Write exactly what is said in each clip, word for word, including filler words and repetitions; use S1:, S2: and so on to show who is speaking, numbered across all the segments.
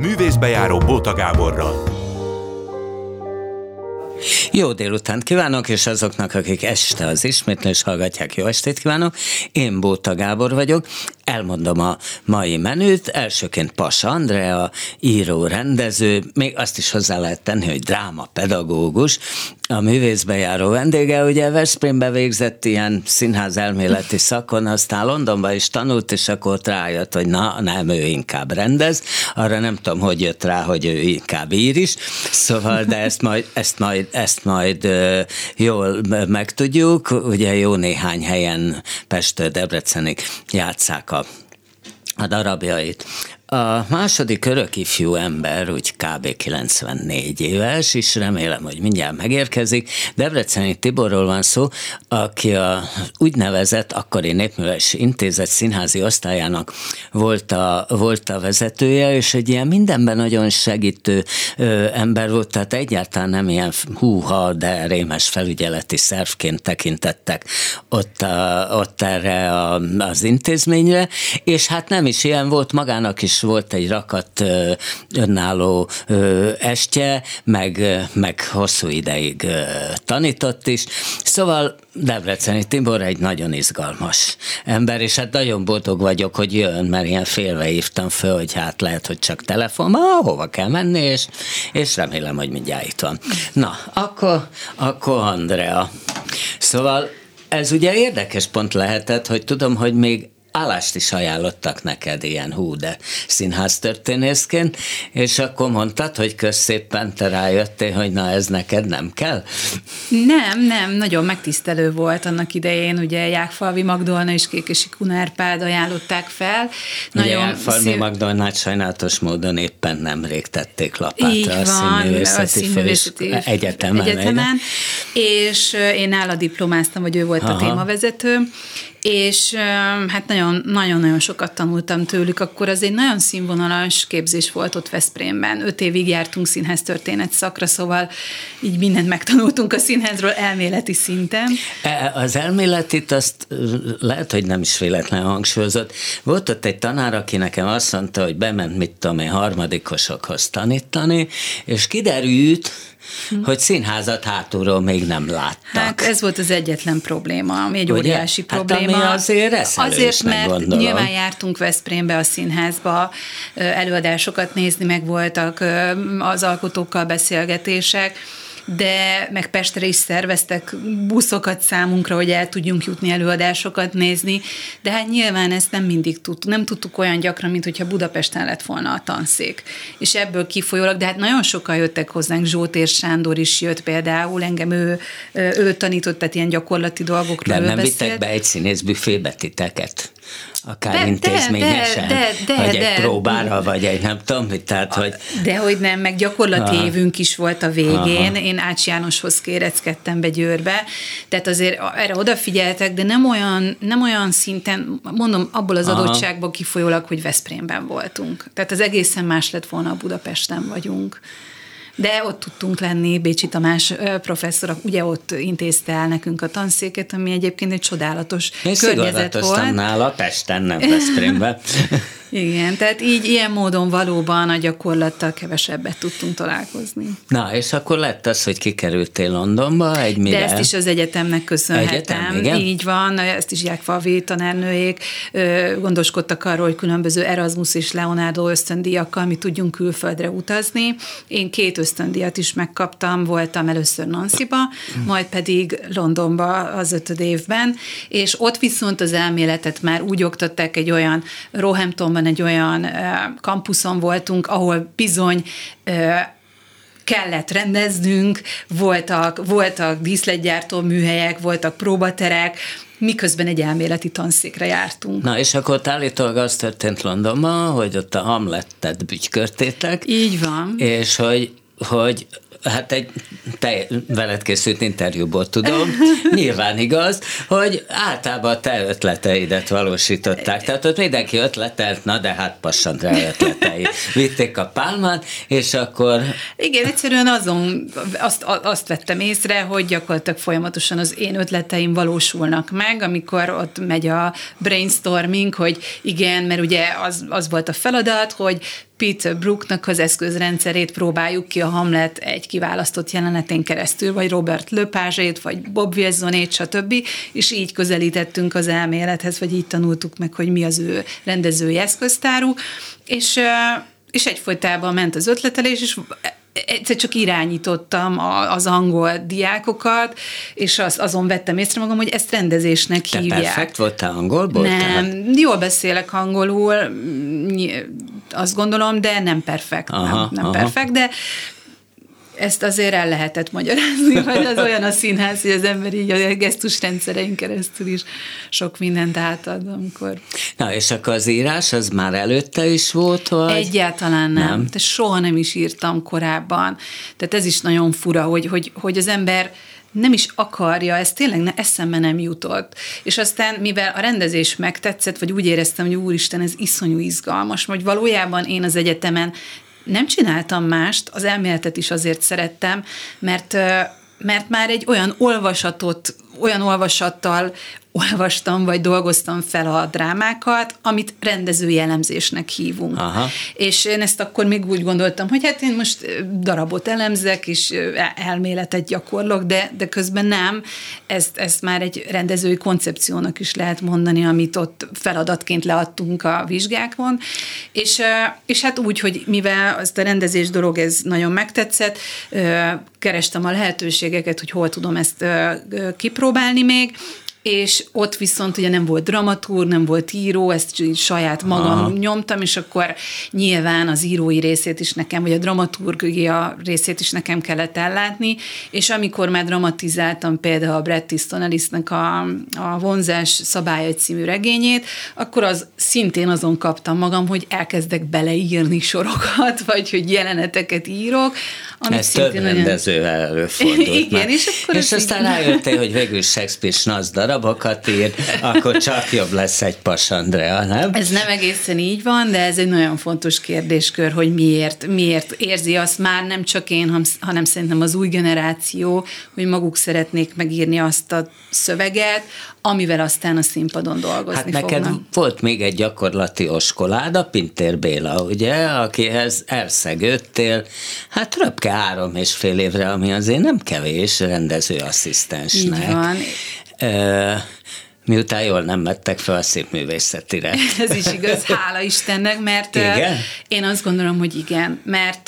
S1: Művészbejáró Bóta Gáborral.
S2: Jó délutánt kívánok, és azoknak, akik este az ismétlés hallgatják, jó estét kívánok. Én Bóta Gábor vagyok, elmondom a mai menüt. Elsőként Passa Andrea, író, rendező, még azt is hozzá lehet tenni, hogy drámapedagógus, a művészbejáró vendége. Ugye Veszprémbe végzett ilyen színház elméleti szakon, aztán Londonba is tanult, és akkor ott rájött, hogy na, nem, ő inkább rendez. Arra nem tudom, hogy jött rá, hogy ő inkább ír is. Szóval, de ezt majd, ezt majd, ezt majd uh, jól megtudjuk. Ugye jó néhány helyen Pesttől Debrecenig játsszák a, a darabjait. A második örök ifjú ember, úgy kb. kilencvennégy éves, és remélem, hogy mindjárt megérkezik. Debreceni Tiborról van szó, aki a úgynevezett akkori Népművelési Intézet színházi osztályának volt a, volt a vezetője, és egy ilyen mindenben nagyon segítő ö, ember volt, tehát egyáltalán nem ilyen húha, de rémes felügyeleti szervként tekintettek ott, a, ott erre a, az intézményre, és hát nem is ilyen volt, magának is volt egy rakat önálló estje, meg, meg hosszú ideig tanított is. Szóval Debreceni Tibor egy nagyon izgalmas ember, és hát nagyon boldog vagyok, hogy jön, mert ilyen félve hívtam föl, hogy hát lehet, hogy csak telefon, ah, hova kell menni, és, és remélem, hogy mindjárt itt van. Na, akkor, akkor Andrea. Szóval ez ugye érdekes pont lehetett, hogy tudom, hogy még állást is ajánlottak neked ilyen hú, de színháztörténészként, és akkor mondtad, hogy közszépen te rájöttél, hogy na ez neked nem kell?
S3: Nem, nem, nagyon megtisztelő volt annak idején, ugye Jákfalvi Magdolna és Kékesi Kunárpád ajánlották fel.
S2: Nagyon ugye Jákfalvi szív... Magdolnát sajnálatos módon éppen nemrég tették lapátra a Színművészeti, a Színművészeti fős... egyetemen. egyetemen és én nála diplomáztam, hogy ő volt Aha. a témavezető, és hát nagyon-nagyon sokat tanultam tőlük, akkor az egy nagyon színvonalas képzés volt ott Veszprémben. Öt évig jártunk színháztörténet szakra, szóval így mindent megtanultunk a színházról elméleti szinten. Az elméletit azt lehet, hogy nem is véletlen hangsúlyozott. Volt ott egy tanár, aki nekem azt mondta, hogy bement, mit tudom én, harmadikosokhoz tanítani, és kiderült, Hm. hogy színházat hátulról még nem láttak.
S3: Hát ez volt az egyetlen probléma, ami egy Ugye? óriási
S2: hát
S3: probléma.
S2: Ami azért reszelősnek
S3: Azért, mert
S2: gondolom.
S3: nyilván jártunk Veszprémbe a színházba előadásokat nézni, meg voltak az alkotókkal beszélgetések, de meg Pestre is szerveztek buszokat számunkra, hogy el tudjunk jutni előadásokat nézni, de hát nyilván ezt nem mindig tudtuk, nem tudtuk olyan gyakran, mint hogyha Budapesten lett volna a tanszék. És ebből kifolyólag, de hát nagyon sokan jöttek hozzánk, Zsótér Sándor is jött például, engem ő, ő tanított, tehát ilyen gyakorlati dolgokról
S2: de nem
S3: beszélt.
S2: vittek be egy színészbüfébbe titeket? Akár
S3: de,
S2: intézményesen,
S3: de, de, de,
S2: vagy
S3: de,
S2: egy próbára, vagy egy nem tudom, mit, tehát, hogy...
S3: Dehogy nem, meg gyakorlati
S2: Aha.
S3: évünk is volt a végén,
S2: Aha.
S3: én Ács Jánoshoz kéreckedtem be Győrbe, tehát azért erre odafigyeltek, de nem olyan, nem olyan szinten, mondom, abból az Aha. adottságból kifolyólag, hogy Veszprémben voltunk. Tehát az egészen más lett volna, a Budapesten vagyunk. De ott tudtunk lenni, Bécsi Tamás professzor, ugye ott intézte el nekünk a tanszéket, ami egyébként egy csodálatos
S2: Én
S3: környezet volt.
S2: nála Pesten, nem Veszprémben.
S3: Igen, tehát így ilyen módon valóban a gyakorlattal kevesebbet tudtunk találkozni.
S2: Na, és akkor lett az, hogy kikerültél Londonba, egy mire?
S3: De ezt is az egyetemnek köszönhetem.
S2: Egyetem, igen?
S3: Így van, ezt is Jákfalvi tanárnőjék gondoskodtak arról, hogy különböző Erasmus és Leonardo ösztöndíjakkal mi tudjunk külföldre utazni. Én két ösztöndíjat is megkaptam, voltam először Nancyba, majd pedig Londonba az ötöd évben, és ott viszont az elméletet már úgy oktatták, egy olyan Roehamptonban egy olyan kampuszon voltunk, ahol bizony kellett rendeznünk, voltak, voltak díszletgyártó műhelyek, voltak próbaterek, miközben egy elméleti tanszékre jártunk.
S2: Na, és akkor ott állítólag az történt Londonban, hogy ott a Hamletet bütykörtétek.
S3: Így van.
S2: És hogy, hogy hát egy te veled készült interjúból tudom, nyilván igaz, hogy általában a te ötleteidet valósították. Tehát ott mindenki ötletelt, na de hát Passa Andrea ötletei. Vitték a pálmát, és akkor...
S3: Igen, egyszerűen azon azt, azt vettem észre, hogy gyakorlatilag folyamatosan az én ötleteim valósulnak meg, amikor ott megy a brainstorming, hogy igen, mert ugye az, az volt a feladat, hogy Peter Brooknak az eszközrendszerét próbáljuk ki a Hamlet egy kiválasztott jelenetén keresztül, vagy Robert Lepage-ét, vagy Bob Wilsonét, stb. És így közelítettünk az elmélethez, vagy így tanultuk meg, hogy mi az ő rendezői eszköztáruk, és, és egyfolytában ment az ötletelés, és egyszer csak irányítottam az angol diákokat, és az, azon vettem észre magam, hogy ezt rendezésnek
S2: Te
S3: hívják. Te
S2: perfekt voltál angolból?
S3: Nem,
S2: Tehát?
S3: jól beszélek angolul, azt gondolom, de nem perfekt.
S2: Aha,
S3: nem nem
S2: aha.
S3: perfekt, de ezt azért el lehetett magyarázni, vagy az olyan a színház, hogy az ember így a gesztusrendszerein keresztül is sok mindent átad, amikor...
S2: Na, és akkor az írás, az már előtte is volt, vagy?
S3: Egyáltalán nem.
S2: nem.
S3: De soha nem is írtam korábban. Tehát ez is nagyon fura, hogy, hogy, hogy az ember nem is akarja, ez tényleg ne, eszembe nem jutott. És aztán, mivel a rendezés megtetszett, vagy úgy éreztem, hogy úristen, ez iszonyú izgalmas, hogy valójában én az egyetemen nem csináltam mást, az elméletet is azért szerettem, mert, mert már egy olyan olvasatot, olyan olvasattal olvastam, vagy dolgoztam fel a drámákat, amit rendezői elemzésnek hívunk. Aha. És én ezt akkor még úgy gondoltam, hogy hát én most darabot elemzek, és elméletet gyakorlok, de, de közben nem. Ezt, ezt már egy rendezői koncepciónak is lehet mondani, amit ott feladatként leadtunk a vizsgákon. És, és hát úgy, hogy mivel azt a rendezés dolog, ez nagyon megtetszett, kerestem a lehetőségeket, hogy hol tudom ezt kipróbálni még, és ott viszont ugye nem volt dramaturg, nem volt író, ezt saját magam Aha. nyomtam, és akkor nyilván az írói részét is nekem, vagy a dramaturgia részét is nekem kellett ellátni, és amikor már dramatizáltam például a Bret Easton Ellisnek a, a Vonzás szabályai című regényét, akkor az szintén azon kaptam magam, hogy elkezdek beleírni sorokat, vagy hogy jeleneteket írok.
S2: Ez több rendezővel előfordult.
S3: Igen, és akkor
S2: és aztán rájöttél, hogy végül Shakespeare snasz darabokat ír, akkor csak jobb lesz egy Pass Andrea, nem?
S3: Ez nem egészen így van, de ez egy nagyon fontos kérdéskör, hogy miért, miért érzi azt már nem csak én, hanem szerintem az új generáció, hogy maguk szeretnék megírni azt a szöveget, amivel aztán a színpadon dolgozni
S2: hát
S3: fognak.
S2: neked volt még egy gyakorlati oskolád, a Pintér Béla, ugye, akihez elszegődtél, hát röpke három és fél évre, ami azért nem kevés rendezőasszisztensnek.
S3: Így van.
S2: E- miután jól nem mettek fel a színművészetire.
S3: Ez is igaz, hála Istennek, mert igen? Én azt gondolom, hogy igen, mert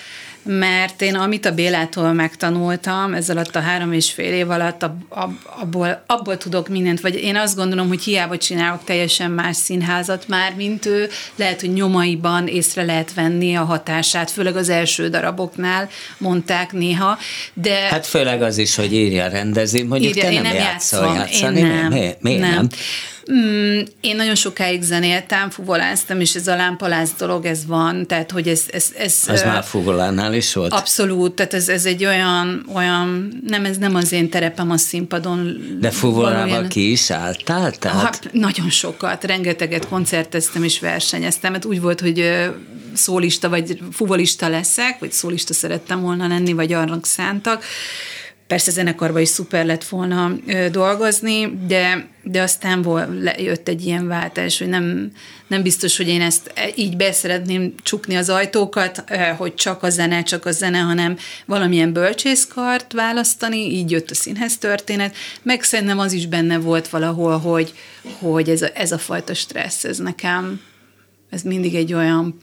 S3: mert én amit a Bélától megtanultam, ez alatt a három és fél év alatt abból, abból tudok mindent, vagy én azt gondolom, hogy hiába csinálok teljesen más színházat már, mint ő, lehet, hogy nyomaiban észre lehet venni a hatását, főleg az első daraboknál mondták néha, de... Hát
S2: főleg az is, hogy írja, rendezi, mondjuk írja, te nem, nem játszol, játszani,
S3: én nem,
S2: miért mi, mi,
S3: nem.
S2: nem?
S3: Mm, én nagyon sokáig zenéltem, fuvoláztam, és ez a lámpalász dolog, ez van, tehát, hogy ez... ez, ez
S2: az uh, már fuvolánál is volt?
S3: Abszolút, tehát ez, ez egy olyan, olyan, nem, ez nem az én terepem a színpadon.
S2: De fuvolával ki is álltál? Tehát?
S3: Hát, nagyon sokat, rengeteget koncerteztem és versenyeztem, mert úgy volt, hogy szólista vagy fuvolista leszek, vagy szólista szerettem volna lenni, vagy arra szántak. Persze zenekarban is szuper lett volna ö, dolgozni, de, de aztán vol, le, jött egy ilyen váltás, hogy nem, nem biztos, hogy én ezt így be szeretném csukni az ajtókat, ö, hogy csak a zene, csak a zene, hanem valamilyen bölcsészkart választani, így jött a színház történet, meg szerintem az is benne volt valahol, hogy, hogy ez, a, ez a fajta stressz, ez nekem, ez mindig egy olyan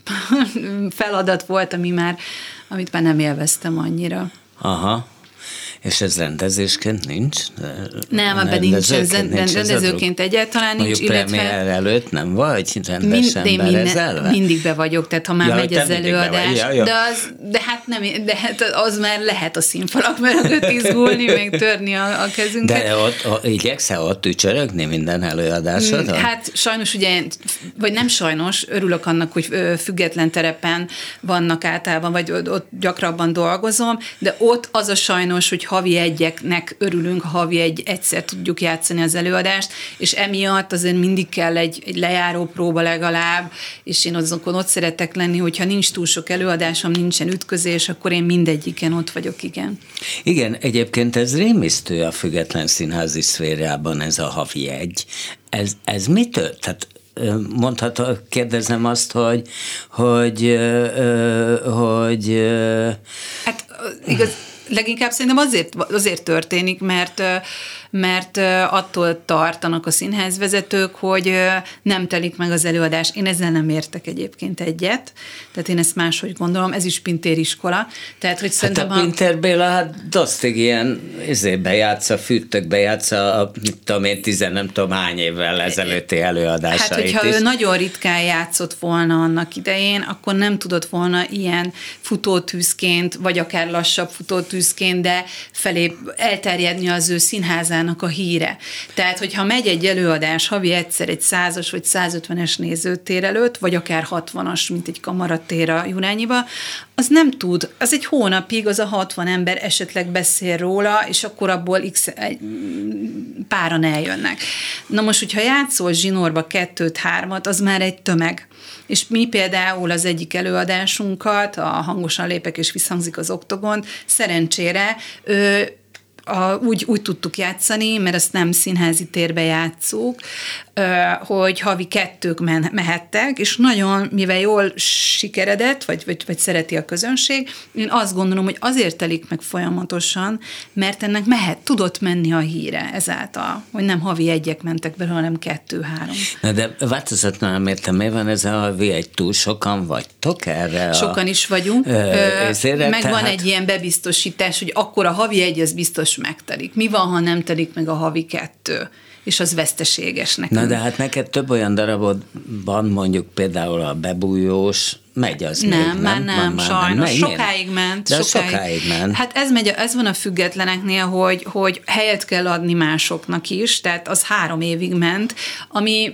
S3: feladat volt, ami már, amit már nem élveztem annyira.
S2: Aha. És ez rendezésként nincs?
S3: Nem, ebben nincs, nincs rendezőként egyáltalán nincs.
S2: Mondjuk premier előtt nem vagy rendesen
S3: mind,
S2: berezelve?
S3: Mindig be vagyok, tehát ha már ja, megy az előadás,
S2: ja, ja.
S3: de, az, de hát nem, de hát az már lehet a színfalak mögött izgulni, meg törni a, a kezünket.
S2: De ott, ott igyekszel ott ücsörögni minden előadásodon?
S3: Hát sajnos ugye, vagy nem sajnos, örülök annak, hogy független terepen vannak általában, vagy ott gyakrabban dolgozom, de ott az a sajnos, hogy havi egyeknek örülünk, ha havi egy egyszer tudjuk játszani az előadást, és emiatt azért mindig kell egy, egy lejáró próba legalább, és én azokon ott szeretek lenni, hogyha nincs túl sok előadásom, nincsen ütközés, akkor én mindegyiken ott vagyok, igen.
S2: Igen, egyébként ez rémisztő a független színházi szférában, ez a havi egy. Ez, ez mitől? Tehát mondható, kérdezem azt, hogy hogy, hogy
S3: hát igaz, leginkább szerintem azért, azért történik, mert mert attól tartanak a színházvezetők, hogy nem telik meg az előadás. Én ezzel nem értek egyébként egyet, tehát én ezt máshogy gondolom, ez is Pintér iskola. Tehát, hogy
S2: hát a Pintér Béla, hát dosztig ilyen izébe játsza, fűtökbe játsza a, mit tudom én, tizen nem tudom hány évvel ezelőtti előadásait
S3: Hát, hogyha
S2: is.
S3: ő nagyon ritkán játszott volna annak idején, akkor nem tudott volna ilyen futótűzként, vagy akár lassabb futótűzként, de felé elterjedni az ő színházán a híre. Tehát, hogyha megy egy előadás havi egyszer egy százas vagy százötvenes nézőtér előtt, vagy akár hatvanas, mint egy kamaratér a Jurányiba, az nem tud, az egy hónapig az a hatvan ember esetleg beszél róla, és akkor abból x páran eljönnek. Na most, hogyha játszol zsinórba kettőt, hármat, az már egy tömeg. És mi például az egyik előadásunkat, a Hangosan lépek és visszhangzik az Oktogon, szerencsére ő A, úgy, úgy tudtuk játszani, mert azt nem színházi térbe játszuk, hogy havi kettők mehettek, és nagyon, mivel jól sikeredett, vagy, vagy, vagy szereti a közönség, én azt gondolom, hogy azért telik meg folyamatosan, mert ennek mehet, tudott menni a híre ezáltal, hogy nem havi egyek mentek be, hanem kettő-három.
S2: Na de változatlan nem értem, miért van ez a havi egy, túl sokan vagytok erre?
S3: Sokan
S2: a,
S3: is vagyunk.
S2: Ö, ezért,
S3: meg
S2: tehát...
S3: van egy ilyen bebiztosítás, hogy akkor a havi egy, az biztos megtelik. Mi van, ha nem telik meg a havi kettő? És az veszteséges nekünk.
S2: Na de hát neked több olyan darabodban, mondjuk például a Bebújós, megy az
S3: nem,
S2: még, nem?
S3: Már nem,
S2: már
S3: sajnos.
S2: nem.
S3: Sokáig ment.
S2: De
S3: sokáig. sokáig
S2: ment.
S3: Hát ez, megy, ez van a függetleneknél, hogy, hogy helyet kell adni másoknak is, tehát az három évig ment, ami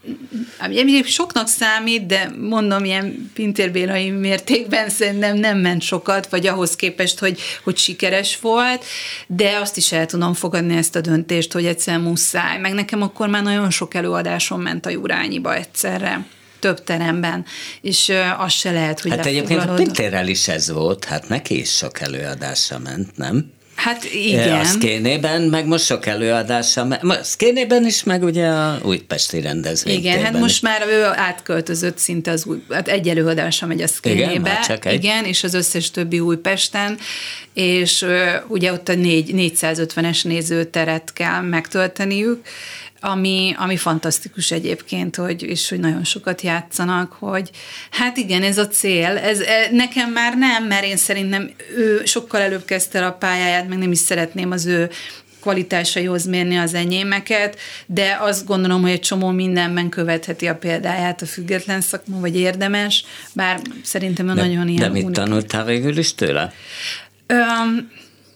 S3: ami soknak számít, de mondom, ilyen Pintér Bélai mértékben szerintem nem ment sokat, vagy ahhoz képest, hogy, hogy sikeres volt, de azt is el tudom fogadni ezt a döntést, hogy egyszer muszáj. Meg nekem akkor már nagyon sok előadásom ment a Jurányiba egyszerre, több teremben, és az se lehet, hogy
S2: hát egyébként a Pintérrel is ez volt, hát neki is sok előadása ment, nem?
S3: Hát igen.
S2: A Szkénében, meg most sok előadása, a Szkénében is, meg ugye a újpesti rendezvénytérben.
S3: Igen, hát most már ő átköltözött szinte az új, hát egy előadása megy a Szkénébe, igen, igen, és az összes többi Újpesten, és uh, ugye ott a négy, négyszázötvenes nézőteret kell megtölteniük, Ami, ami fantasztikus egyébként, hogy, és hogy nagyon sokat játszanak, hogy hát igen, ez a cél, ez, nekem már nem, mert én szerintem ő sokkal előbb kezdte el a pályáját, meg nem is szeretném az ő kvalitásaihoz mérni az enyémeket, de azt gondolom, hogy egy csomó mindenben követheti a példáját a független szakma, vagy érdemes, bár szerintem de, nagyon ilyen...
S2: De mit unik. Tanultál végül is tőle?
S3: Um,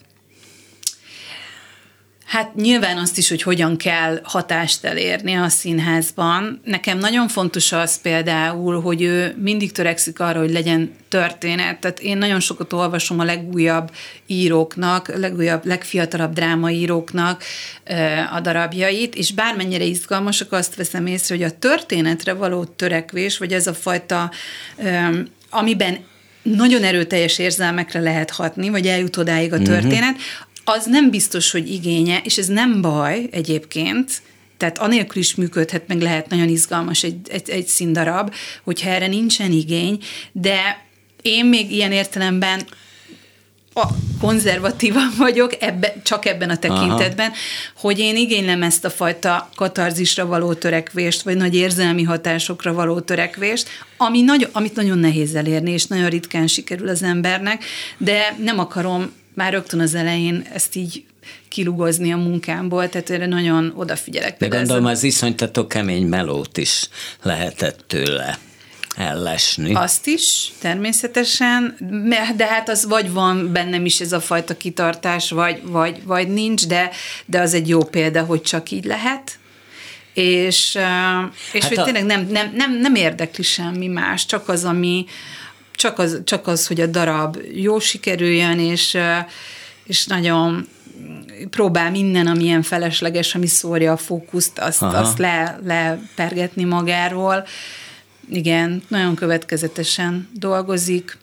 S3: Hát nyilván azt is, hogy hogyan kell hatást elérni a színházban. Nekem nagyon fontos az például, hogy ő mindig törekszik arra, hogy legyen történet. Tehát én nagyon sokat olvasom a legújabb íróknak, legújabb, legfiatalabb drámaíróknak a darabjait, és bármennyire izgalmasak, azt veszem észre, hogy a történetre való törekvés, vagy ez a fajta, amiben nagyon erőteljes érzelmekre lehet hatni, vagy eljut odáig a történet, uh-huh. az nem biztos, hogy igénye, és ez nem baj egyébként, tehát anélkül is működhet, meg lehet nagyon izgalmas egy, egy, egy színdarab, hogyha erre nincsen igény, de én még ilyen értelemben a konzervatívan vagyok, ebbe, csak ebben a tekintetben, aha. hogy én igénylem ezt a fajta katarzisra való törekvést, vagy nagy érzelmi hatásokra való törekvést, ami nagy, amit nagyon nehéz elérni, és nagyon ritkán sikerül az embernek, de nem akarom már rögtön az elején ezt így kilugozni a munkámból, tehát erre nagyon odafigyelek.
S2: De gondolom az iszonytató kemény melót is lehetett tőle ellesni.
S3: Azt is, természetesen, de hát az vagy van bennem is ez a fajta kitartás, vagy, vagy, vagy nincs, de, de az egy jó példa, hogy csak így lehet. És, és hát hogy a... tényleg nem, nem, nem, nem érdekli semmi más, csak az, ami Csak az, csak az, hogy a darab jó sikerüljön, és, és nagyon próbál minden, ami ilyen felesleges, ami szórja a fókuszt, azt, azt le, lepergetni magáról. Igen, nagyon következetesen dolgozik,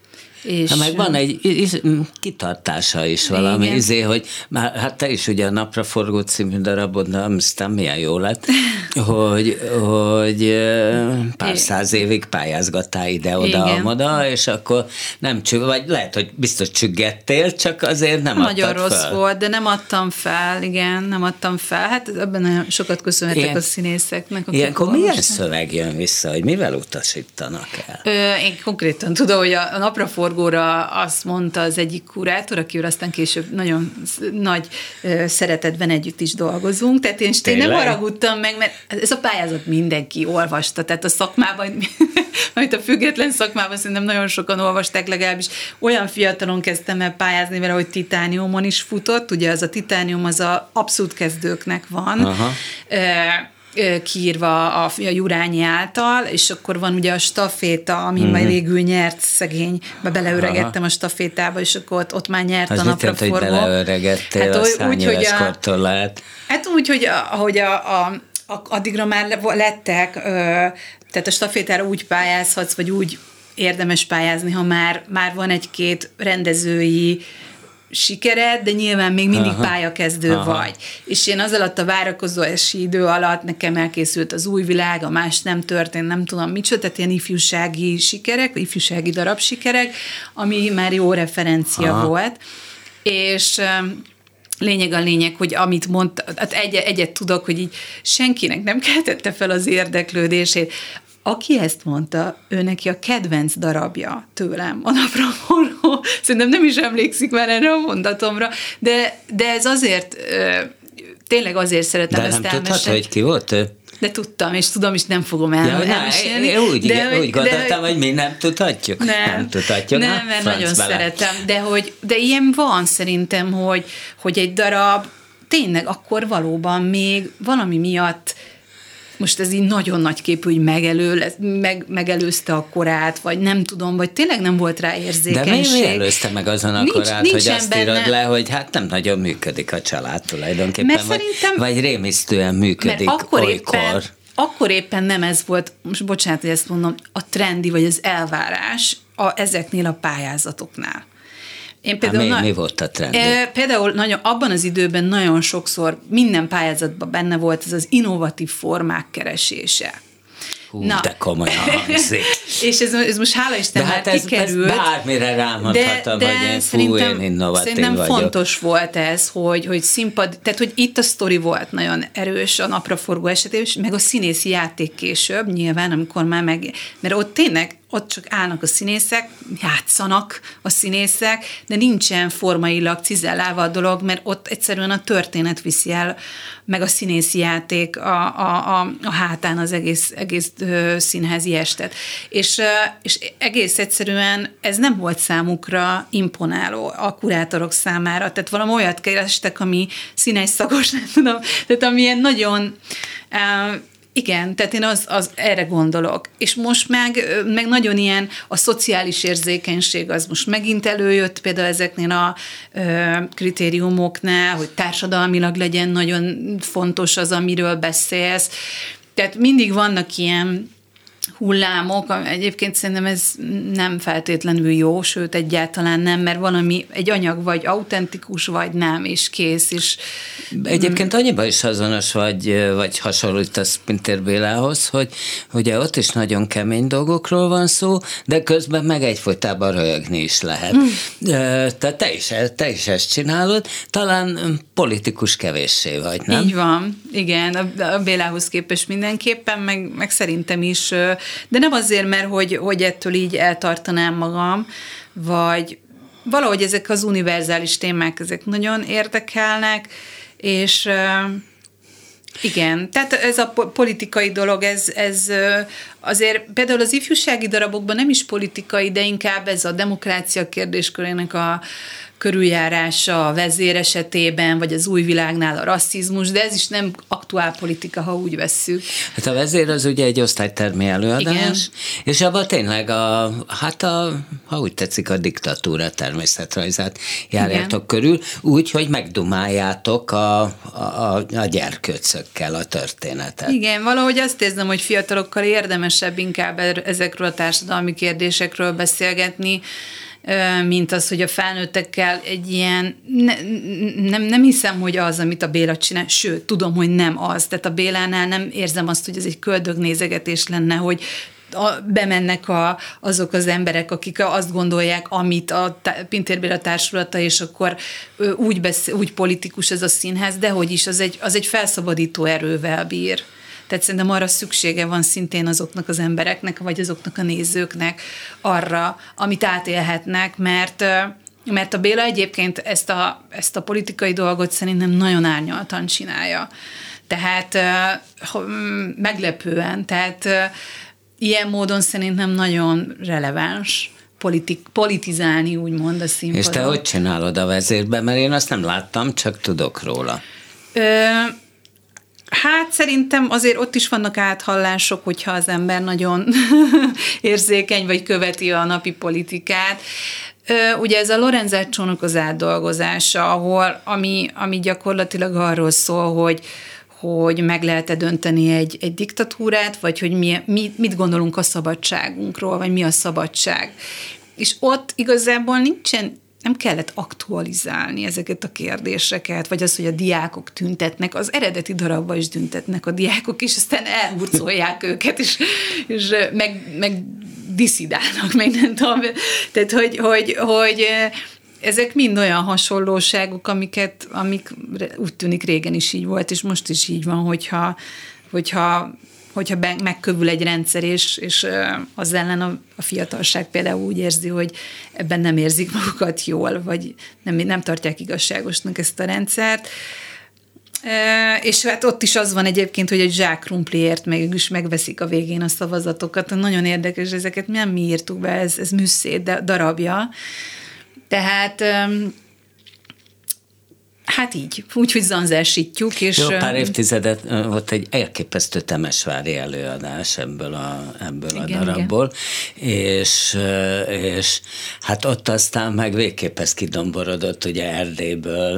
S2: És ha meg van egy kitartása is valami, igen. izé, hogy már, hát te is ugye a Napraforgó című darabod, de aztán milyen jó lett, hogy, hogy pár száz évig pályázgattál ide-oda-oda, és akkor nem csügg, vagy lehet, hogy biztos csüggettél, csak azért nem adtad
S3: Nagyon rossz
S2: fel.
S3: volt, de nem adtam fel, igen, nem adtam fel. Hát ebben nagyon sokat köszönhetek ilyen, a színészeknek.
S2: Ilyenkor milyen szöveg jön vissza, hogy mivel utasítanak el?
S3: Ö, én konkrétan tudom, hogy a, a Napraforgóra azt mondta az egyik kurátor, akivel aztán később nagyon nagy ö, szeretetben együtt is dolgozunk, tehát én, én nem haragudtam meg, mert ez a pályázat mindenki olvasta, tehát a szakmában, amit a független szakmában szerintem nagyon sokan olvasták, legalábbis olyan fiatalon kezdtem el pályázni vele, hogy Titániumon is futott, ugye az a Titánium az a abszolút kezdőknek van, aha. kiírva a Jurányi által, és akkor van ugye a staféta, ami mm-hmm. majd végül nyert szegény, mert beleöregettem aha. a stafétába, és akkor ott, ott már nyert
S2: az
S3: a Napraforgó.
S2: Az mit jelent, hogy beleöregettél, hát, azt hány éves kortól lehet?
S3: Hát úgy, hogy, a, hogy a, a, a, addigra már lettek, ö, tehát a stafétára úgy pályázhatsz, vagy úgy érdemes pályázni, ha már, már van egy-két rendezői sikered, de nyilván még mindig aha, pályakezdő aha. vagy. És én az alatt a várakozási idő alatt nekem elkészült az Új világ, a Más nem történt, nem tudom micsoda, tehát ilyen ifjúsági sikerek, vagy ifjúsági darab sikerek, ami már jó referencia aha. volt. És lényeg a lényeg, hogy amit mondta, hát egy, egyet tudok, hogy így senkinek nem keltette fel az érdeklődését. Aki ezt mondta, ő neki a kedvenc darabja tőlem a Napraforgó. Szerintem nem is emlékszik már erre a mondatomra, de, de ez azért, tényleg azért szeretem
S2: de
S3: ezt elmesélni.
S2: De nem tudhatod, hogy ki volt ő?
S3: De tudtam, és tudom, és nem fogom el, ja, elmesélni.
S2: Én úgy, de, úgy gondoltam, de, hogy mi nem tudhatjuk.
S3: Nem,
S2: nem tudhatjuk.
S3: Nem,
S2: ha,
S3: mert nagyon
S2: bele.
S3: szeretem. De, hogy, de ilyen van szerintem, hogy, hogy egy darab tényleg akkor valóban még valami miatt most ez így nagyon nagy képű, hogy megelő, meg, megelőzte a korát, vagy nem tudom, vagy tényleg nem volt rá érzékenység.
S2: De mi, mi előzte meg azon a nincs, korát, hogy azt benne... írod le, hogy hát nem nagyon működik a család tulajdonképpen, vagy, szerintem, vagy rémisztően működik
S3: akkor
S2: olykor.
S3: Éppen, akkor éppen nem ez volt, most bocsánat, hogy ezt mondom, a trendi, vagy az elvárás a, ezeknél a pályázatoknál. Én például,
S2: Há, mi, mi volt a trendi?
S3: Például nagyon, abban az időben nagyon sokszor minden pályázatban benne volt ez az innovatív formák keresése.
S2: Hú, na. De komolyan hangzik.
S3: És ez, ez most hála Isten
S2: de
S3: már
S2: hát ez,
S3: kikerült.
S2: Ez bármire rámondhatom, de, de hogy én fú, én innovatív
S3: szerintem
S2: vagyok.
S3: fontos volt ez, hogy, hogy színpad, tehát hogy itt a sztori volt nagyon erős a Napraforgó esetében, meg a színészi játék később, nyilván, amikor már meg, mert ott tényleg ott csak állnak a színészek, játszanak a színészek, de nincsen formailag cizellálva a dolog, mert ott egyszerűen a történet viszi el, meg a színészi játék a, a, a, a hátán az egész, egész ö, színházi estet. És, ö, és egész egyszerűen ez nem volt számukra imponáló a kurátorok számára, tehát valami olyat kerestek, ami színes szakos, nem tudom, tehát amilyen nagyon... Ö, Igen, tehát én az, az erre gondolok. És most meg, meg nagyon ilyen a szociális érzékenység az most megint előjött, például ezeknél a ö, kritériumoknál, hogy társadalmilag legyen nagyon fontos az, amiről beszélsz. Tehát mindig vannak ilyen hullámok, egyébként szerintem ez nem feltétlenül jó, sőt egyáltalán nem, mert valami, egy anyag vagy autentikus, vagy nem, és kész is.
S2: Egyébként annyiban is azonos vagy, vagy hasonlítasz Pintér Bélához, hogy ugye ott is nagyon kemény dolgokról van szó, de közben meg egyfolytában röhögni is lehet. Mm. Tehát te is, te is ezt csinálod, talán politikus kevéssé vagy, nem?
S3: Így van, igen, a Bélához képest mindenképpen, meg, meg szerintem is, de nem azért, mert hogy, hogy ettől így eltartanám magam, vagy valahogy ezek az univerzális témák, ezek nagyon érdekelnek, és igen, tehát ez a politikai dolog, ez, ez azért például az ifjúsági darabokban nem is politikai, de inkább ez a demokrácia kérdéskörének a körüljárása a vezér esetében, vagy az Új világnál a rasszizmus, de ez is nem aktuál politika, ha úgy vesszük.
S2: Hát a vezér az ugye egy osztálytermi előadás, igen. És abban tényleg a, hát a, ha úgy tetszik, a diktatúra természetrajzát járjátok igen. körül, úgy, hogy megdumáljátok a, a, a gyerkőcökkel a történetet.
S3: Igen, valahogy azt érzem, hogy fiatalokkal érdemesebb inkább ezekről a társadalmi kérdésekről beszélgetni, mint az, hogy a felnőttekkel egy ilyen, ne, nem, nem hiszem, hogy az, amit a Béla csinál, sőt, tudom, hogy nem az. Tehát a Bélánál nem érzem azt, hogy ez egy köldögnézegetés lenne, hogy a, bemennek a, azok az emberek, akik azt gondolják, amit a Pintér Béla társulata, és akkor úgy, beszél, úgy politikus ez a színház, de hogy is, az egy, az egy felszabadító erővel bír. Tehát szerintem arra szüksége van szintén azoknak az embereknek, vagy azoknak a nézőknek arra, amit átélhetnek, mert, mert a Béla egyébként ezt a, ezt a politikai dolgot szerintem nagyon árnyaltan csinálja. Tehát meglepően, tehát ilyen módon szerintem nagyon releváns politik, politizálni, úgymond a színpadon.
S2: És te hogy csinálod a Vezérben? Mert én azt nem láttam, csak tudok róla.
S3: Ö, hát szerintem azért ott is vannak áthallások, hogyha az ember nagyon érzékeny, vagy követi a napi politikát. Ö, ugye ez a Lorenzacciónak az átdolgozása, ahol, ami, ami gyakorlatilag arról szól, hogy hogy meg lehet-e dönteni egy, egy diktatúrát, vagy hogy mi, mi, mit gondolunk a szabadságunkról, vagy mi a szabadság. És ott igazából nincsen, nem kellett aktualizálni ezeket a kérdéseket, vagy az, hogy a diákok tüntetnek, az eredeti darabban is tüntetnek a diákok, és aztán elhurcolják őket, és, és meg, meg diszidálnak, meg nem tudom. Tehát, hogy, hogy, hogy ezek mind olyan hasonlóságok, amiket, amik úgy tűnik régen is így volt, és most is így van, hogyha, hogyha, hogyha megkövül egy rendszer, és, és az ellen a, a fiatalság például úgy érzi, hogy ebben nem érzik magukat jól, vagy nem, nem tartják igazságosnak ezt a rendszert. E, és hát ott is az van egyébként, hogy egy zsákrumpliért mégis megveszik a végén a szavazatokat. Nagyon érdekes, ezeket nem mi írtuk be, ez, ez műszét darabja. Tehát hát így, úgyhogy zanzásítjuk. És
S2: jó, pár évtizedet volt egy elképesztő temesvári előadás ebből a, ebből igen, a darabból, és, és hát ott aztán meg végképp ez kidomborodott, ugye Erdélyből,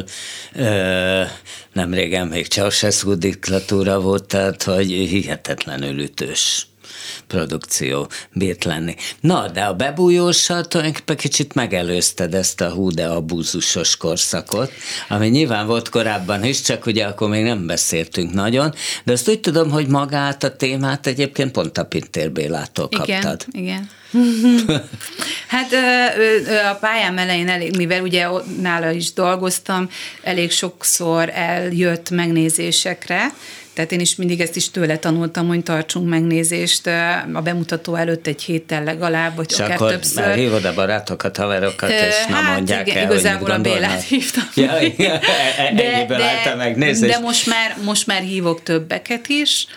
S2: nem régen még Ceausescu diktatúra volt, tehát hogy hihetetlenül ütős produkció bírt lenni. Na, de a bebújóssal tulajdonképpen kicsit megelőzted ezt a hú de abúzusos korszakot, ami nyilván volt korábban is, csak ugye akkor még nem beszéltünk nagyon, de azt úgy tudom, hogy magát a témát egyébként pont a Pintér Bélától kaptad.
S3: Igen, igen. Hát a pályám elején elég, mivel ugye nála is dolgoztam, elég sokszor eljött megnézésekre, tehát én is mindig ezt is tőle tanultam, hogy tartsunk megnézést a bemutató előtt egy héttel legalább, vagy akár többször. És akkor hívod
S2: a barátokat, haverokat, és
S3: hát
S2: nem mondják
S3: igen,
S2: el,
S3: igazából
S2: hogy mit
S3: a Bélát hívtam.
S2: Ja, ja, ennyiből állt a megnézés.
S3: De most már, most már hívok többeket is,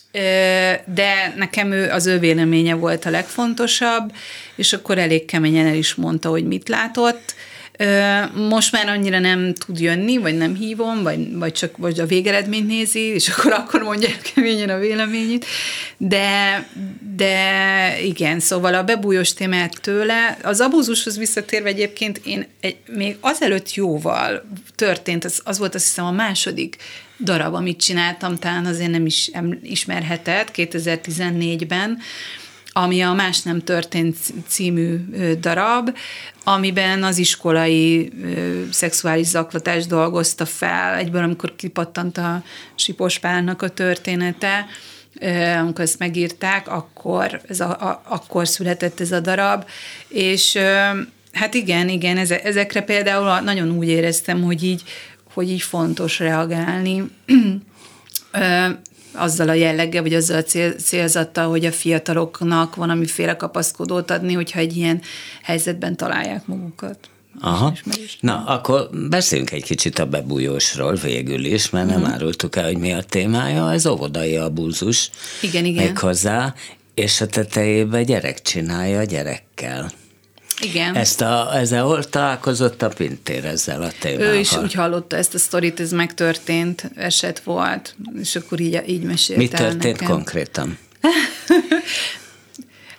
S3: de nekem ő, az ő véleménye volt a legfontosabb, és akkor elég keményen el is mondta, hogy mit látott. Most már annyira nem tud jönni, vagy nem hívom, vagy, vagy csak vagy a végeredményt nézi, és akkor akkor mondja keményen a véleményét. De, de igen, szóval a bebújós témát tőle, az abúzushoz visszatérve egyébként én egy, még azelőtt jóval történt, az, az volt azt hiszem a második darab, amit csináltam, talán azért nem is ismerhetett, kétezer-tizennégyben, ami a Más nem történt című darab, amiben az iskolai ö, szexuális zaklatást dolgozta fel, egyből, amikor kipattant a Sipos Pálnak a története, ö, amikor ezt megírták, akkor, ez a, a, akkor született ez a darab, és ö, hát igen, igen, ezekre például nagyon úgy éreztem, hogy így, hogy így fontos reagálni, ö, azzal a jelleggel, vagy azzal a cél, célzattal, hogy a fiataloknak valamiféle kapaszkodót adni, hogyha egy ilyen helyzetben találják magukat.
S2: Aha. Na, akkor beszéljünk egy kicsit a bebújósról végül is, mert nem mm. árultuk el, hogy mi a témája, ez óvodai abúzus.
S3: Igen, igen.
S2: Méghozzá, és a tetejében gyerek csinálja a gyerekkel.
S3: Igen.
S2: Ezt a, ezzel hol találkozott a Pintér ezzel a témával?
S3: Ő is úgy hallotta ezt a sztorit, ez megtörtént, eset volt, és akkor így, így mesélte.
S2: Mi történt
S3: nekem.
S2: konkrétan?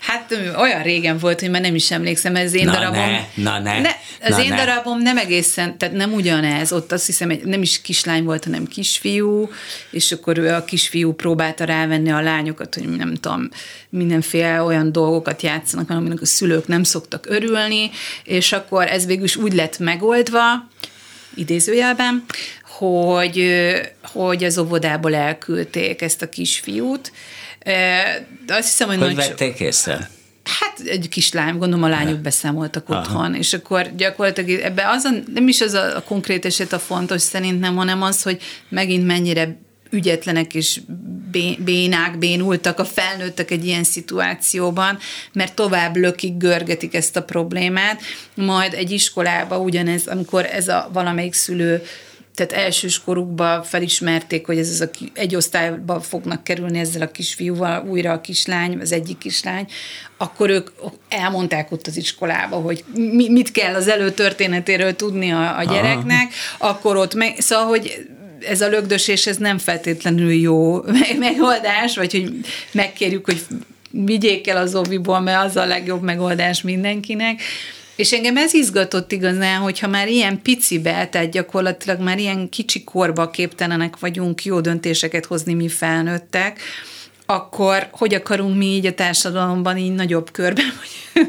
S3: Hát olyan régen volt, hogy már nem is emlékszem, ez én
S2: na
S3: darabom.
S2: Ne, na ne,
S3: ne, az
S2: na
S3: én
S2: ne.
S3: darabom nem egészen, tehát nem ugyanez, ott azt hiszem, nem is kislány volt, hanem kisfiú, és akkor ő a kisfiú próbálta rávenni a lányokat, hogy nem tudom, mindenféle olyan dolgokat játszanak, aminek a szülők nem szoktak örülni, és akkor ez végül is úgy lett megoldva, idézőjelben, hogy, hogy az óvodából elküldték ezt a kisfiút. De azt hiszem, hogy,
S2: hogy
S3: nagy
S2: vették észre?
S3: Hát egy kislány, gondolom a lányok beszámoltak otthon, aha. És akkor gyakorlatilag ebben az a, nem is az a, a konkrét eset a fontos szerintem, hanem az, hogy megint mennyire ügyetlenek és bénák, bénultak a felnőttek egy ilyen szituációban, mert tovább lökik, görgetik ezt a problémát, majd egy iskolába ugyanez, amikor ez a valamelyik szülő, tehát elsős korukban felismerték, hogy ez az a, egy osztályba fognak kerülni ezzel a kisfiúval, újra a kislány, az egyik kislány, akkor ők elmondták ott az iskolába, hogy mi, mit kell az előtörténetéről tudni a, a gyereknek, aha. Akkor ott meg, szóval, hogy ez a lögdösés, ez nem feltétlenül jó megoldás, vagy hogy megkérjük, hogy vigyék el az óviból, mert az a legjobb megoldás mindenkinek. És engem ez izgatott igazán, hogyha már ilyen picibe, tehát gyakorlatilag már ilyen kicsi korba képtelenek vagyunk jó döntéseket hozni mi felnőttek, akkor hogy akarunk mi így a társadalomban így nagyobb körben, vagy,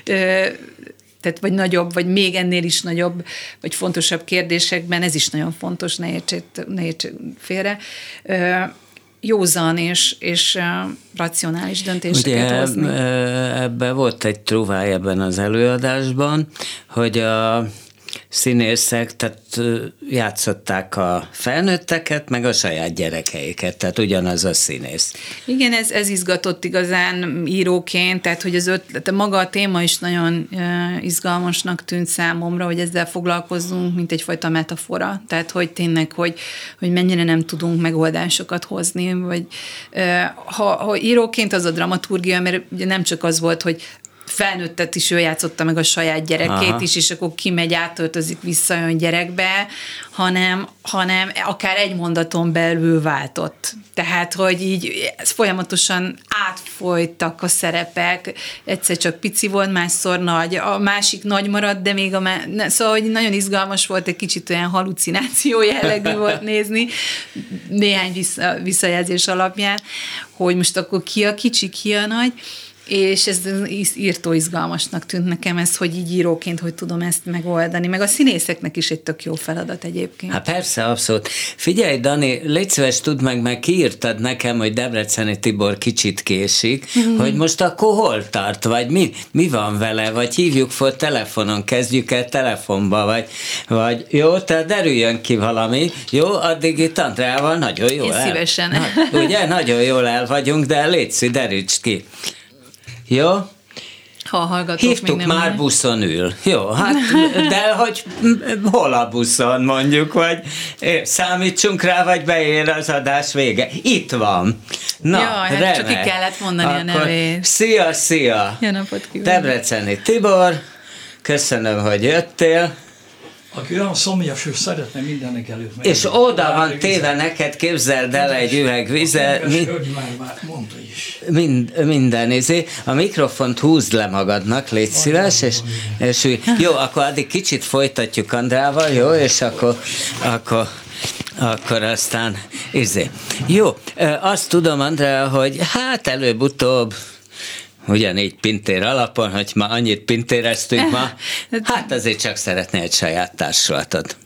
S3: tehát vagy nagyobb, vagy még ennél is nagyobb, vagy fontosabb kérdésekben, ez is nagyon fontos, ne értsék, ne értsék félre, józan és, és racionális döntéseket
S2: ugye,
S3: hozni.
S2: Ebben volt egy trúváj ebben az előadásban, hogy a színészek, tehát játszották a felnőtteket, meg a saját gyerekeiket, tehát ugyanaz a színész.
S3: Igen, ez, ez izgatott igazán íróként, tehát hogy az ötlet, maga a téma is nagyon izgalmasnak tűnt számomra, hogy ezzel foglalkozzunk, mint egyfajta metafora, tehát hogy tényleg, hogy, hogy mennyire nem tudunk megoldásokat hozni, vagy ha, ha íróként az a dramaturgia, mert ugye nem csak az volt, hogy felnőttet is ő játszotta meg a saját gyerekét aha. is, és akkor kimegy, átöltözik, visszajön gyerekbe, hanem, hanem akár egy mondaton belül váltott. Tehát, hogy így folyamatosan átfolytak a szerepek, egyszer csak pici volt, másszor nagy, a másik nagy maradt, de még a má... Szóval, hogy nagyon izgalmas volt, egy kicsit olyan halucináció jellegű volt nézni, néhány vissza, visszajelzés alapján, hogy most akkor ki a kicsi, ki a nagy, és ez írtó izgalmasnak tűnt nekem ez, hogy így íróként, hogy tudom ezt megoldani, meg a színészeknek is egy tök jó feladat egyébként.
S2: Hát persze, abszolút. Figyelj, Dani, légy szíves, tudd meg, meg kiírtad nekem, hogy Debreceni Tibor kicsit késik, mm. hogy most akkor hol tart, vagy mi, mi van vele, vagy hívjuk fel telefonon, kezdjük el telefonba, vagy, vagy jó, tehát derüljön ki valami, jó, addig itt Andreával nagyon jól
S3: Én
S2: el.
S3: szívesen.
S2: Na, ugye, nagyon jól el vagyunk, de légy szí, derüts ki. Jó?
S3: Ha hallgatok,
S2: hívtuk
S3: még nem
S2: már
S3: nem.
S2: buszon ül. Jó, hát de hogy hol a buszon mondjuk, vagy számítsunk rá, vagy beér az adás vége. Itt van. Na,
S3: ja, hát
S2: remek.
S3: csak ki kellett mondani
S2: akkor
S3: a nevét.
S2: Szia, szia.
S3: Jó napot kívánok.
S2: Debreceni Tibor, köszönöm, hogy jöttél.
S4: Aki olyan szomjas, hogy szeretne mindenek előtt meg.
S2: És oda van téve neked, képzeld el egy üveg vize.
S4: Mi... Már mondta is.
S2: Mind, minden izé. A mikrofont húzd le magadnak, légy szíves, és, és jó, akkor addig kicsit folytatjuk Andrával, jó, és akkor, akkor, akkor aztán izé. Jó, azt tudom, Andrea, hogy hát előbb-utóbb ugyanígy pintér alapon, hogy ma annyit pintéreztünk ma, hát azért csak szeretné egy saját társulatot.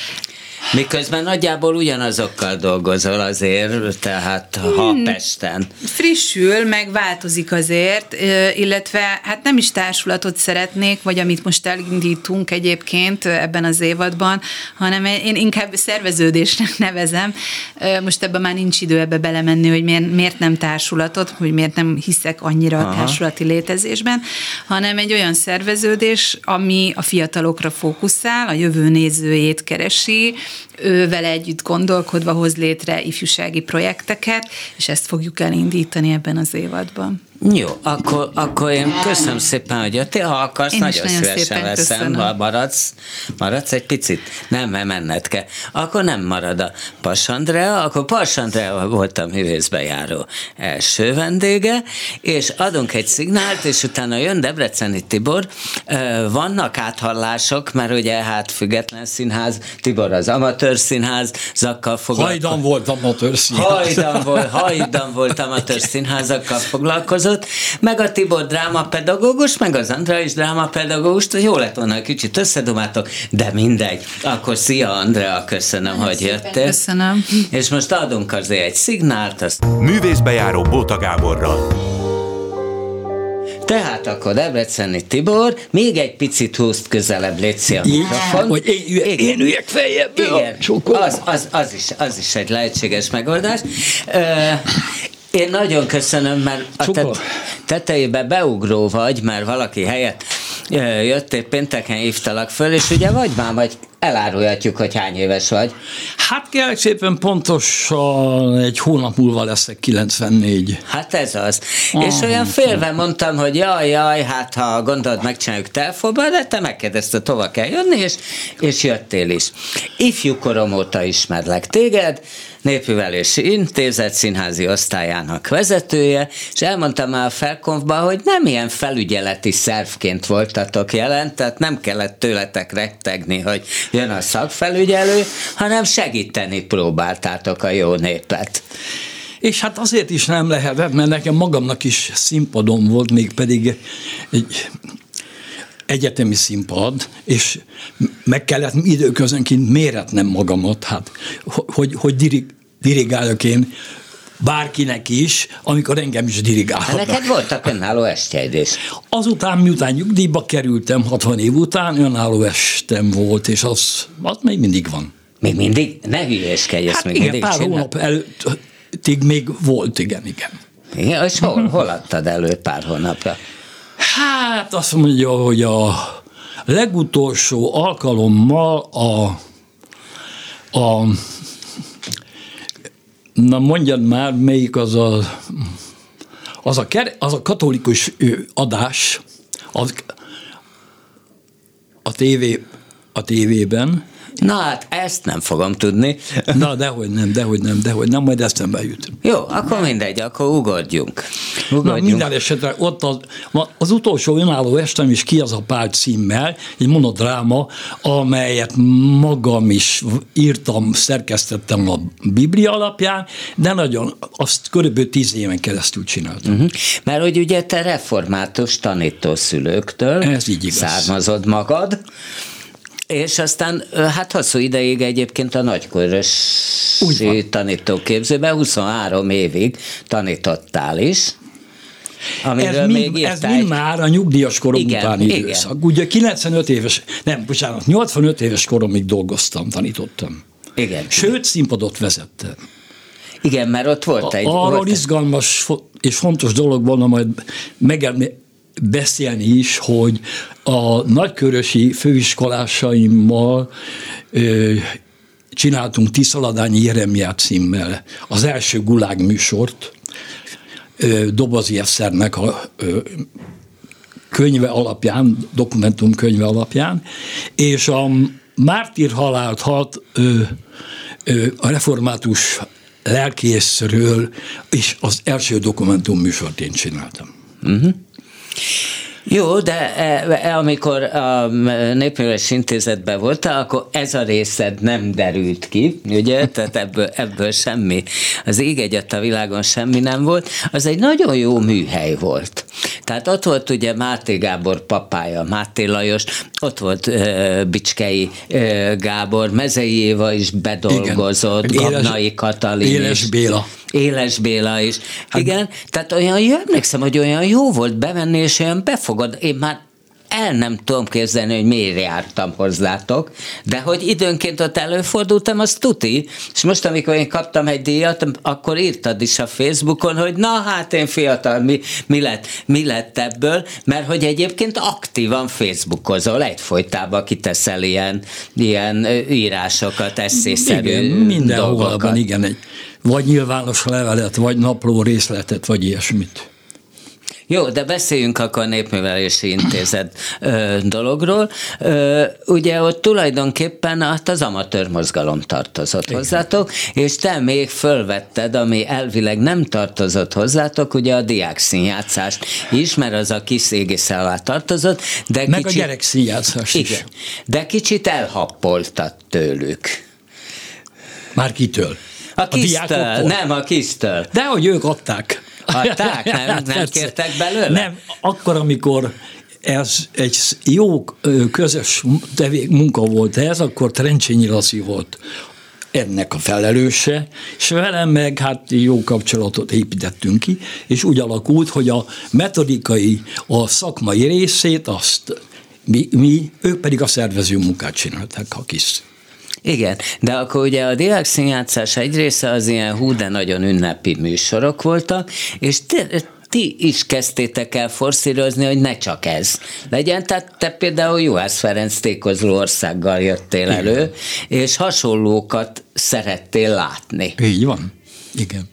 S2: Miközben nagyjából ugyanazokkal dolgozol azért, tehát ha hmm. Pesten.
S3: Frissül, meg változik azért, illetve hát nem is társulatot szeretnék, vagy amit most elindítunk egyébként ebben az évadban, hanem én inkább szerveződésnek nevezem. Most ebben már nincs idő ebbe belemenni, hogy miért, miért nem társulatot, hogy miért nem hiszek annyira aha. a társulati létezésben, hanem egy olyan szerveződés, ami a fiatalokra fókuszál, a jövő nézőjét keresi, ő vele együtt gondolkodva hoz létre ifjúsági projekteket, és ezt fogjuk elindítani ebben az évadban.
S2: Jó, akkor, akkor én köszönöm szépen, hogy jöttél, ha akarsz,
S3: én
S2: nagyon,
S3: nagyon
S2: szívesen veszem,
S3: köszönöm.
S2: ha maradsz, maradsz egy picit? Nem, mert menned kell. Akkor nem marad a Pass Andrea, akkor Pass Andrea volt a művészbe járó első vendége, és adunk egy szignált, és utána jön Debreceni Tibor. Vannak áthallások, mert ugye hát független színház, Tibor az amatőr színház, zakkal foglalkozott.
S4: Hajdan volt amatőr színház.
S2: Hajdan volt, hajdan volt amatőr színházakkal foglalkozott, meg a Tibor drámapedagógus, meg az Andrea is drámapedagógus, jó lett volna, kicsit összedomáltok, de mindegy. Akkor szia Andrea, köszönöm, hogy jöttél.
S3: Köszönöm.
S2: És most adunk azért egy szignált, azt...
S1: Művészbejáró Bóta Gáborral.
S2: Tehát akkor Debreceni Tibor, még egy picit húzt közelebb, légy szia a mikrofon.
S4: Hogy én, én üljek feljebb.
S2: Igen, az, az, az, is, az is egy lehetséges megoldás. Én nagyon köszönöm, mert a tet- tetejébe beugró vagy, mert valaki helyett jöttél, pénteken hívtalak föl, és ugye vagy már, vagy elárulhatjuk, hogy hány éves vagy.
S4: Hát kérlek szépen pontosan egy hónap múlva leszek kilencvennégy.
S2: Hát ez az. Ah, és olyan félve mondtam, hogy jaj, jaj, hát ha gondolod, megcsináljuk telefonban, de te megkérdezted, hova kell jönni, és, és jöttél is. Ifjú korom óta ismerlek téged, Népművelési Intézet színházi osztályának vezetője, és elmondtam már a felkonfban, hogy nem ilyen felügyeleti szervként voltatok jelen, tehát nem kellett tőletek rettegni, hogy jön a szakfelügyelő, hanem segíteni próbáltátok a jó népet.
S4: És hát azért is nem lehetett, mert nekem magamnak is színpadom volt, mégpedig egy egyetemi színpad, és meg kellett időközönként méretnem magamat, hát, hogy, hogy dirig, dirigáljak én bárkinek is, amikor engem is dirigálhatnak.
S2: Neked voltak önálló estjeid is.
S4: Azután, miután nyugdíjba kerültem, hatvan év után, önálló estem volt, és az, az még mindig van.
S2: Még mindig? Ne hülyéskedj, ezt
S4: Hát
S2: még
S4: igen,
S2: mindig
S4: pár
S2: csinál.
S4: hónap előttig még volt, igen, igen.
S2: Igen, és hol, hol adtad elő pár hónapra?
S4: Hát azt mondja, hogy a legutolsó alkalommal a, a na mondjad már, melyik az a az a, az a katolikus adás az, a tévé a tévében.
S2: Na hát, ezt nem fogom tudni.
S4: Na, dehogy nem, dehogy nem, dehogy nem, majd eszembe jut.
S2: Jó, akkor mindegy, akkor ugorjunk. ugorjunk.
S4: Na, minden esetre ott az, az utolsó önálló estem is Ki az a Pál címmel, egy monodráma, amelyet magam is írtam, szerkesztettem a Biblia alapján, de nagyon, azt körülbelül tíz éven keresztül csináltam. Uh-huh.
S2: Mert hogy ugye te református tanítószülőktől
S4: Ez így igaz.
S2: származod magad, és aztán hát hosszú ideig egyébként a Nagykörösi tanítóképzőben huszonhárom évig tanítottál is.
S4: Ez mind, ez mind már a nyugdíjas korom
S2: igen,
S4: utáni
S2: igen.
S4: időszak. Ugye kilencvenöt éves, nem, bocsánat, nyolcvanöt éves koromig dolgoztam, tanítottam.
S2: Igen.
S4: Sőt, színpadot vezettem.
S2: Igen, mert ott volt egy...
S4: Arról
S2: volt
S4: izgalmas és fontos dolog volna majd meg beszélni is, hogy a nagykörösi főiskolásaimmal ö, csináltunk Tiszaladányi Jeremiát címmel az első Gulág műsort, ö, Dobozjevszernek a ö, könyve alapján, dokumentum könyve alapján, és a mártír halált halt ö, ö, a református lelkészről, és az első dokumentum műsort én csináltam.
S2: Uh-huh. Jó, de e, amikor a Népművelési Intézetben voltál, akkor ez a részed nem derült ki, ugye? Tehát ebből, ebből semmi, az ég egyet a világon semmi nem volt. Az egy nagyon jó műhely volt. Tehát ott volt ugye Máté Gábor papája, Máté Lajos, ott volt uh, Bicskei uh, Gábor, Mezei Éva is bedolgozott,
S4: igen.
S2: Gabnai
S4: Éles,
S2: Katalin
S4: Éles
S2: is.
S4: Béla.
S2: Éles Béla is. Hát, igen, tehát olyan jó, emlékszem, hogy olyan jó volt bevenni, és olyan befogad. Én már el nem tudom képzelni, hogy miért jártam hozzátok, de hogy időnként ott előfordultam, az tuti, és most, amikor én kaptam egy díjat, akkor írtad is a Facebookon, hogy na hát én fiatal, mi, mi, lett, mi lett ebből, mert hogy egyébként aktívan Facebookozol, egyfolytában kiteszel ilyen, ilyen írásokat, esszészerű
S4: igen, mindenhol
S2: dolgokat.
S4: van, igen, egy vagy nyilvános levelet, vagy napló részletet, vagy ilyesmit.
S2: Jó, de beszéljünk akkor a Népművelési Intézet ö, dologról. Ö, ugye ott tulajdonképpen az amatőr mozgalom tartozott Igen. hozzátok, és te még fölvetted, ami elvileg nem tartozott hozzátok, ugye a diákszínjátszást is, mert az a kis szégiszel alá tartozott. De
S4: meg
S2: kicsit,
S4: a gyerekszínjátszás is.
S2: Igen, de kicsit elhappoltat tőlük.
S4: Már kitől?
S2: A kisztől, nem a kisztől.
S4: De hogy ők adták.
S2: Adták? Nem, nem kértek belőle?
S4: Nem, akkor, amikor ez egy jó közös tevé, munka volt ez, akkor Trencsényi Laci volt ennek a felelőse, és velem meg hát jó kapcsolatot építettünk ki, és úgy alakult, hogy a metodikai, a szakmai részét azt mi, mi ők pedig a szervező munkát csinálták, ha kis.
S2: Igen, de akkor ugye a diákszínjátszás egy része az ilyen hú, de nagyon ünnepi műsorok voltak, és te, ti is kezdtétek el forszírozni, hogy ne csak ez legyen, tehát te például Juhász Ferenc tékozló országgal jöttél elő, Igen. és hasonlókat szerettél látni.
S4: Így van, igen.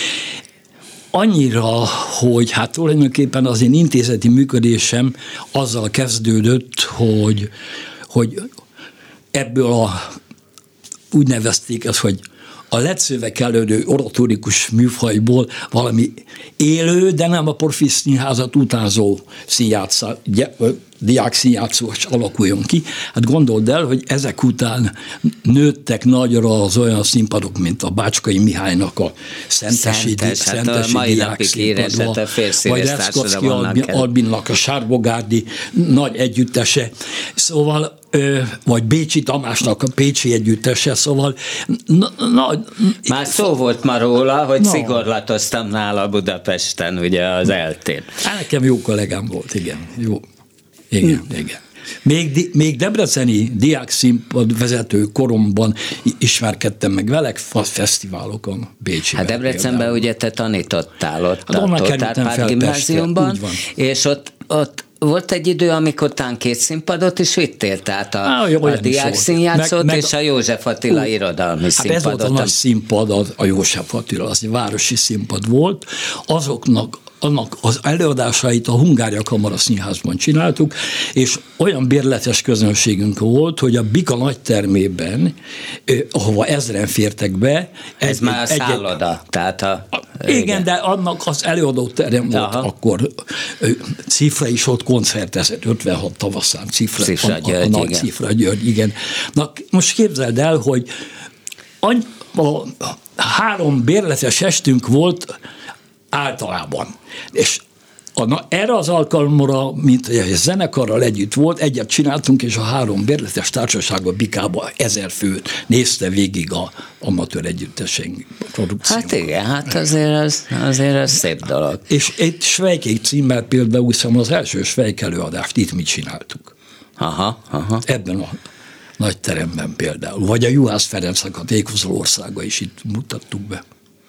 S4: Annyira, hogy hát tulajdonképpen az én intézeti működésem azzal kezdődött, hogy, hogy ebből a úgy nevezték ezt, hogy a lecőve kellődő oratórikus műfajból valami élő, de nem a profi színházat utánzó színjátszá, diák színjátszós alakuljon ki. Hát gondold el, hogy ezek után nőttek nagyra az olyan színpadok, mint a Bácskai Mihálynak a Szentesi,
S2: Szentes,
S4: Szentesi
S2: hát a mai
S4: diák
S2: napig
S4: színpadva,
S2: vagy
S4: Leszkocki Albin, Albinnak a Sárbogárdi nagy együttese, szóval vagy Bécsi Tamásnak a Pécsi együttese, szóval na, na,
S2: már szó volt ma róla, hogy na. szigorlatoztam nála Budapesten, ugye az eltén.
S4: Hát nekem jó kollégám volt, igen. Jó. Igen, hmm. igen. Még, még debreceni diákszínpad vezető koromban ismerkedtem meg velek fesztiválokon Bécsben.
S2: Hát Debrecenben például. Ugye te tanítottál ott hát a Tóth gimnáziumban, és ott, ott volt egy idő, amikor tán két színpadot is vittél, tehát a, Á, a diák színjátszót meg, és meg, a József Attila ú, irodalmi hát színpadot.
S4: Hát ez volt a nagy színpad, a, a József Attila, az egy városi színpad volt, azoknak annak az előadásait a Hungária Kamara Színházban csináltuk, és olyan bérletes közönségünk volt, hogy a Bika nagytermében, eh, ahova ezren fértek be.
S2: Ez egy, már egy, a szálloda, egy, tehát a...
S4: Igen, igen, de annak az előadóterem volt. Aha. Akkor Cifra is ott koncertezett, ötvenhat tavaszán, Cifra,
S2: Cifra
S4: a,
S2: György,
S4: a, a nagy
S2: igen.
S4: Cifra György, igen. Na, most képzeld el, hogy a, a három bérletes estünk volt általában. És a, na, erre az alkalomra, mint egy zenekarral együtt volt, egyet csináltunk, és a három bérletes társaságban Bikába ezer fő nézte végig a amatőr együtteség produkciót.
S2: Hát igen, hát azért az, azért az szép dolog.
S4: És egy Svejkék címmel például hiszem az első Svejk előadást itt mi csináltuk.
S2: Aha, aha.
S4: Ebben a nagy teremben például. Vagy a Juhász Ferencnek a Tékozló országa is itt mutattuk be.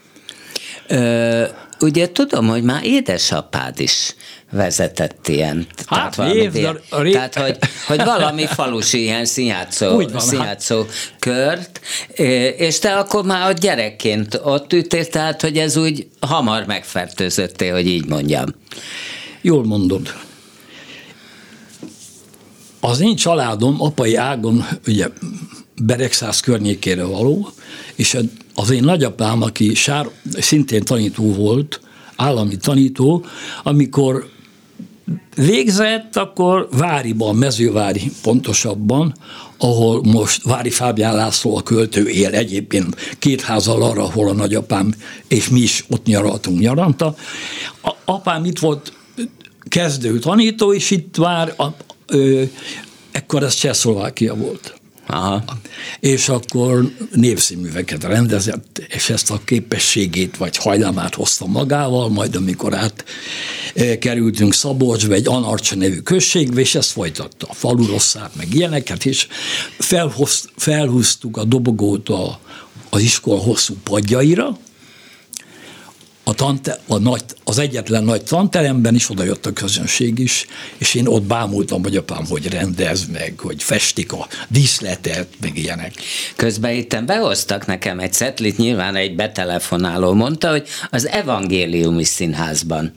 S2: Ö, ugye tudom, hogy már édesapád is vezetett ilyen.
S4: Hát,
S2: tehát valami,
S4: év,
S2: ilyen, ré... tehát hogy, hogy valami falusi ilyen színjátszó, van, színjátszó hát. kört, és te akkor már ott gyerekként ott ültél, tehát hogy ez úgy hamar megfertőzöttél, hogy így mondjam.
S4: Jól mondod. Az én családom apai ágon ugye Beregszász környékére való, és az én nagyapám, aki sár, szintén tanító volt, állami tanító, amikor végzett, akkor Váriban, Mezővári pontosabban, ahol most Vári Fábián László a költő él egyébként két házzal arra, ahol a nagyapám, és mi is ott nyaraltunk nyaranta. A, apám itt volt kezdő tanító, és itt vár, a, ö, ekkor ez Csehszlovákia volt.
S2: Aha.
S4: És akkor népszínműveket rendezett, és ezt a képességét vagy hajlamát hozta magával, majd amikor át kerültünk Szabolcsba, egy Anarcsa nevű községbe, és ezt folytatta a falurosszát, meg ilyeneket, és felhoz, felhúztuk a dobogót a, az iskola hosszú padjaira, a tante, a nagy, az egyetlen nagy tanteremben is oda jött a közönség is, és én ott bámultam, hogy apám, hogy rendez meg, hogy festik a díszletet, meg ilyenek.
S2: Közben itten behoztak nekem egy cetlit, nyilván egy betelefonáló mondta, hogy az Evangéliumi Színházban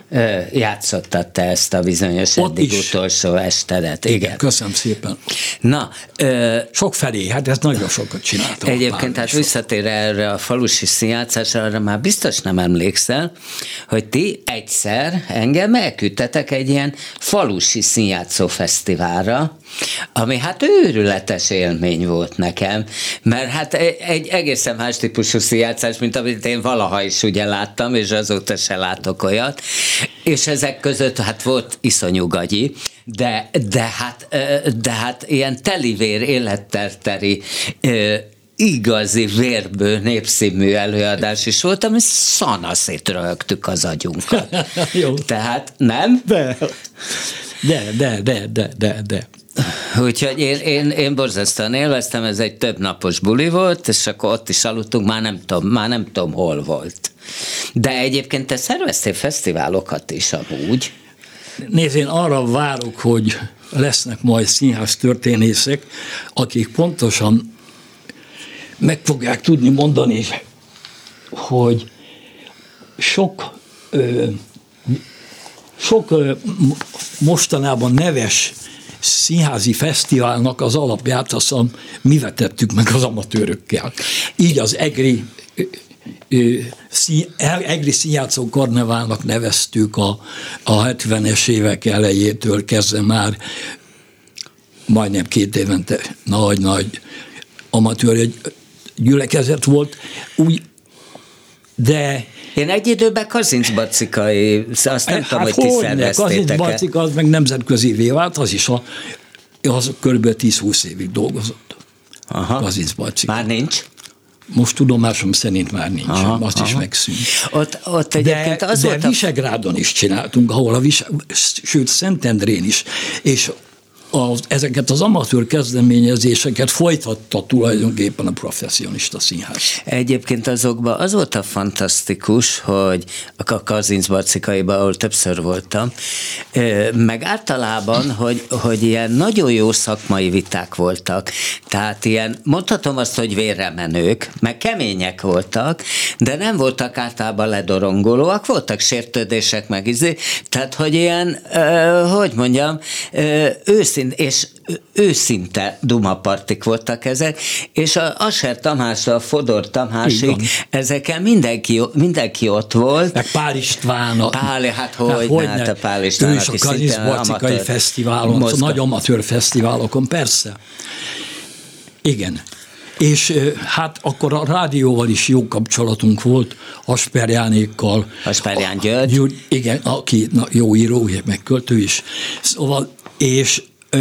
S2: játszottad te ezt a bizonyos
S4: Ott
S2: eddig
S4: is.
S2: utolsó estedet. Igen.
S4: Igen, köszönöm szépen.
S2: Na, ö,
S4: Sok felé, hát ez nagyon sokat csináltam.
S2: egyébként hát visszatér erre a falusi színjátszásra, arra már biztos nem emlékszel, hogy ti egyszer engem elküldtetek egy ilyen falusi színjátszó fesztiválra, ami hát őrületes élmény volt nekem, mert hát egy egészen más típusú színjátszás, mint amit én valaha is ugye láttam, és azóta se látok olyat, és ezek között hát volt iszonyú gagyi, de, de, hát, de hát ilyen telivér, életterteri, igazi vérbő népszínű előadás is volt, ami szanaszét röhögtük az agyunkat.
S4: Jó.
S2: Tehát nem?
S4: De, de, de, de, de, de, de.
S2: Úgyhogy én, én, én borzasztóan élveztem, ez egy több napos buli volt, és akkor ott is aludtunk, már nem tudom, már nem tudom hol volt. De egyébként te szerveztél fesztiválokat is amúgy.
S4: Nézd, én arra várok, hogy lesznek majd színház történészek, akik pontosan meg fogják tudni mondani, hogy sok, ö, sok ö, mostanában neves színházi fesztiválnak az alapját azt a, mi vetettük meg az amatőrökkel. Így az egri Egri Színjátszó Karneválnak neveztük a, a hetvenes évek elejétől kezdve már majdnem két évente nagy-nagy amatőr gyülekezet volt, úgy, de
S2: én egy időben Kazincbarcikai, azt nem
S4: hát
S2: tudom, hogy ti szerveztétek.
S4: Kazincbarcika az meg nemzetközivé vált, az is a, az kb. tíz-húsz évig dolgozott.
S2: Aha.
S4: Kazincbarcika.
S2: Már nincs?
S4: Most tudomásom szerint már nincs, aha, azt aha. is megszűnt.
S2: Ott, ott egyébként
S4: de
S2: az
S4: de
S2: volt a...
S4: Visegrádon is csináltunk, ahol a Vise... sőt Szentendrén is, és a, ezeket az amatőr kezdeményezéseket folytatta tulajdonképpen a professzionista színház.
S2: Egyébként azokban az volt a fantasztikus, hogy a Kazincbarcikaiban, ahol többször voltam, meg általában, hogy, hogy ilyen nagyon jó szakmai viták voltak. Tehát ilyen, mondhatom azt, hogy vérremenők, meg kemények voltak, de nem voltak általában ledorongolóak, voltak sértődések, meg izé, tehát hogy ilyen, hogy mondjam, őszintén és őszinte dumapartik voltak ezek, és a Asser Tamásra, a Fodor Tamásig, ezeken mindenki, mindenki ott volt.
S4: Meg Pál István. A,
S2: Pál, hát hogy,
S4: hogy
S2: hát a Pál István,
S4: ő is a Kazincbarcikai fesztiválon, a nagy amatőr fesztiválokon, persze. Igen. És hát akkor a rádióval is jó kapcsolatunk volt, Asper Jánékkal.
S2: Asper Ján György.
S4: György. Igen, aki na, jó író, meg költő is. Szóval, és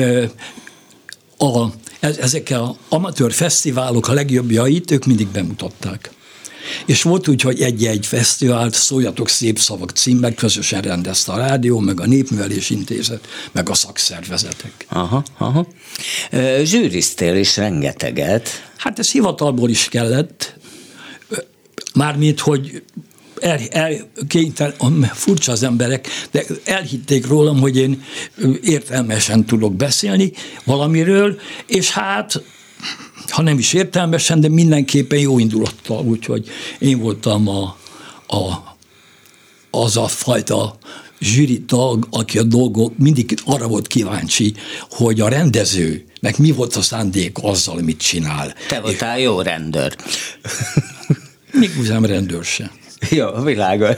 S4: a, ezek az amatőr fesztiválok a legjobbjait ők mindig bemutatták. És volt úgy, hogy egy-egy fesztivált Szóljatok szép szavak címmel közösen rendezte a rádió, meg a Népművelés Intézet, meg a szakszervezetek.
S2: Aha, aha. Zsűriztél is rengeteget.
S4: Hát ez hivatalból is kellett, mármint, hogy El, el, kénytel, furcsa az emberek, de elhitték rólam, hogy én értelmesen tudok beszélni valamiről, és hát, ha nem is értelmesen, de mindenképpen jó indulattal, úgyhogy én voltam a, a, az a fajta zsűritag, aki a dolgok mindig arra volt kíváncsi, hogy a rendezőnek mi volt a szándék azzal, mit csinál.
S2: Te voltál jó rendőr.
S4: Még úgyhogy rendőr sem.
S2: Jó, világos.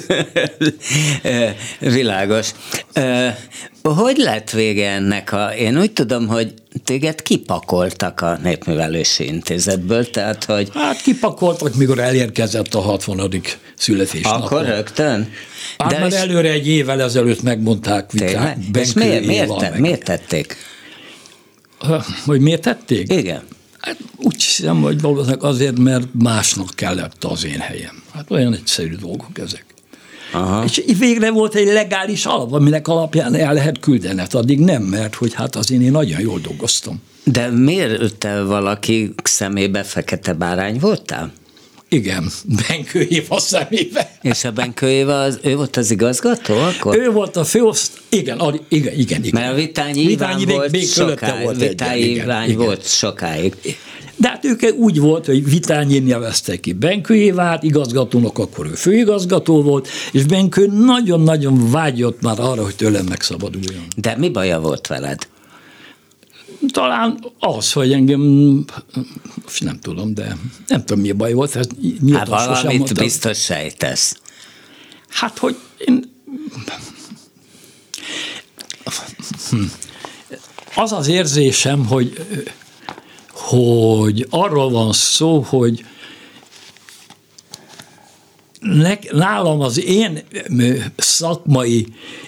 S2: Világos. Hogy lett vége ennek a... Én úgy tudom, hogy téged kipakoltak a Népművelési Intézetből, tehát, hogy...
S4: Hát kipakoltak, mikor elérkezett a hatvanadik születésnapon.
S2: Akkor rögtön?
S4: Hát
S2: de
S4: már és... előre egy évvel ezelőtt megmondták.
S2: Tényleg? És miért, miért, te, miért tették?
S4: Hogy miért tették?
S2: Igen.
S4: Hát úgy hiszem, hogy valószínűleg azért, mert másnak kellett az én helyem. Hát olyan egyszerű dolgok ezek. Aha. És végre volt egy legális alap, aminek alapján el lehet küldeni. Hát addig nem, mert hogy hát azért én nagyon jól dolgoztam.
S2: De miért te valaki szemébe fekete bárány voltál?
S4: Igen, Benkő Éva szemébe.
S2: És a Benkő Éva, az, ő volt az igazgató akkor?
S4: Ő volt a főoszt, igen, igen, igen, igen.
S2: Mert a Vitányi Iván volt
S4: még
S2: sokáig.
S4: volt
S2: Vitányi Iván volt sokáig.
S4: De hát Hát ők úgy volt, hogy Vitányin neveztek ki Benkő Évát igazgatónak, akkor ő főigazgató volt, és Benkő nagyon-nagyon vágyott már arra, hogy tőlem megszabaduljon.
S2: De mi baja volt veled?
S4: Talán az, hogy engem, nem tudom, de nem tudom, mi a baj volt. Ez
S2: hát valamit mondtam. Biztos sejtesz.
S4: Hát, hogy én... Az az érzésem, hogy, hogy arról van szó, hogy nálam az én szakmai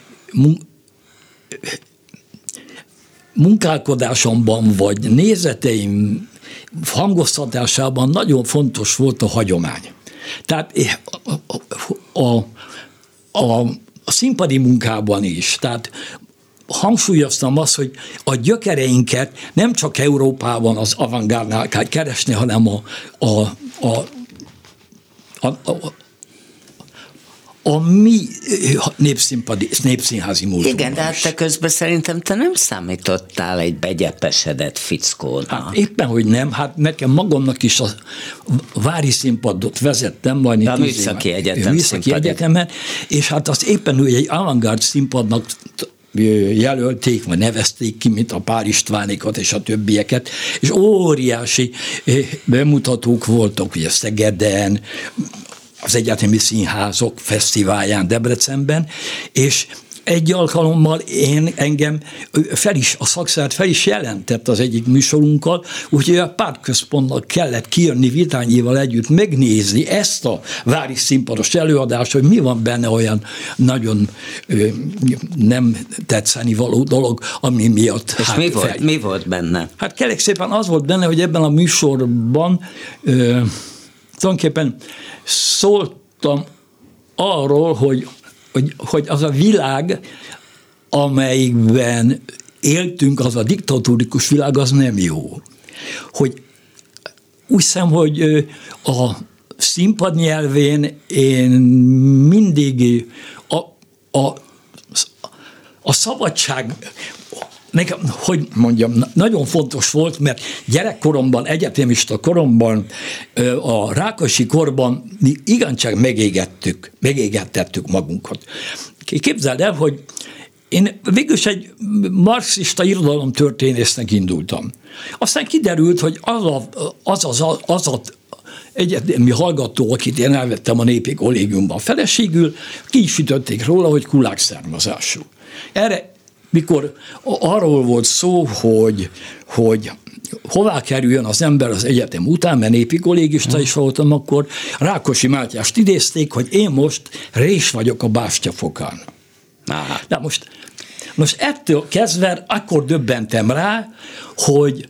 S4: munkálkodásomban vagy nézeteim hangoztatásában nagyon fontos volt a hagyomány. Tehát a, a, a, a színpadi munkában is, tehát hangsúlyoztam azt, hogy a gyökereinket nem csak Európában az avantgárdnál kell keresni, hanem a, a, a, a, a a mi népszínpadi, népszínházi múltunkban.
S2: Igen, de hát te közben szerintem te nem számítottál egy begyepesedett fickónak.
S4: Hát éppen, hogy nem. Hát nekem magamnak is a Vári színpadot vezettem, majd
S2: a Műszaki Egyetem
S4: Műszaki Egyetemen, és hát azt éppen, hogy egy avantgárd színpadnak jelölték, vagy nevezték ki, mint a Pál Istvánékat és a többieket, és óriási bemutatók voltak, ugye Szegeden, az Egyetemi Színházok Fesztiválján Debrecenben, és egy alkalommal én engem fel is, a szakszert fel is jelentett az egyik műsorunkkal, úgyhogy a pártközpontnak kellett kijönni Vitányival együtt megnézni ezt a vári színpados előadást, hogy mi van benne olyan nagyon ö, nem tetszeni való dolog, ami miatt.
S2: És
S4: hát
S2: mi, volt,
S4: fel...
S2: mi volt benne?
S4: Hát kérlek szépen az volt benne, hogy ebben a műsorban ö, tulajdonképpen szóltam arról, hogy, hogy, hogy az a világ, amelyikben éltünk, az a diktatórikus világ, az nem jó. Hogy úgy hiszem, hogy a színpad nyelvén én mindig a, a, a szabadság, nekem, hogy mondjam, nagyon fontos volt, mert gyerekkoromban, egyetemista koromban, a Rákosi korban mi igencsak megégettük, megégettettük magunkat. Képzeld el, hogy én végülis egy marxista irodalomtörténésznek indultam. Aztán kiderült, hogy az a, az, az, az a egyetemi hallgató, akit én elvettem a Népi Kollégiumban feleségül, ki is ütötték róla, hogy kulák származású. Erre mikor arról volt szó, hogy, hogy hová kerüljön az ember az egyetem után, mert népi kollégista is voltam, akkor Rákosi Mátyást idézték, hogy én most rés vagyok a bástyafokán. Aha. De most, most ettől kezdve akkor döbbentem rá, hogy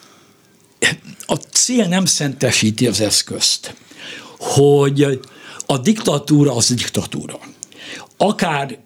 S4: a cél nem szentesíti az eszközt, hogy a diktatúra az diktatúra. Akár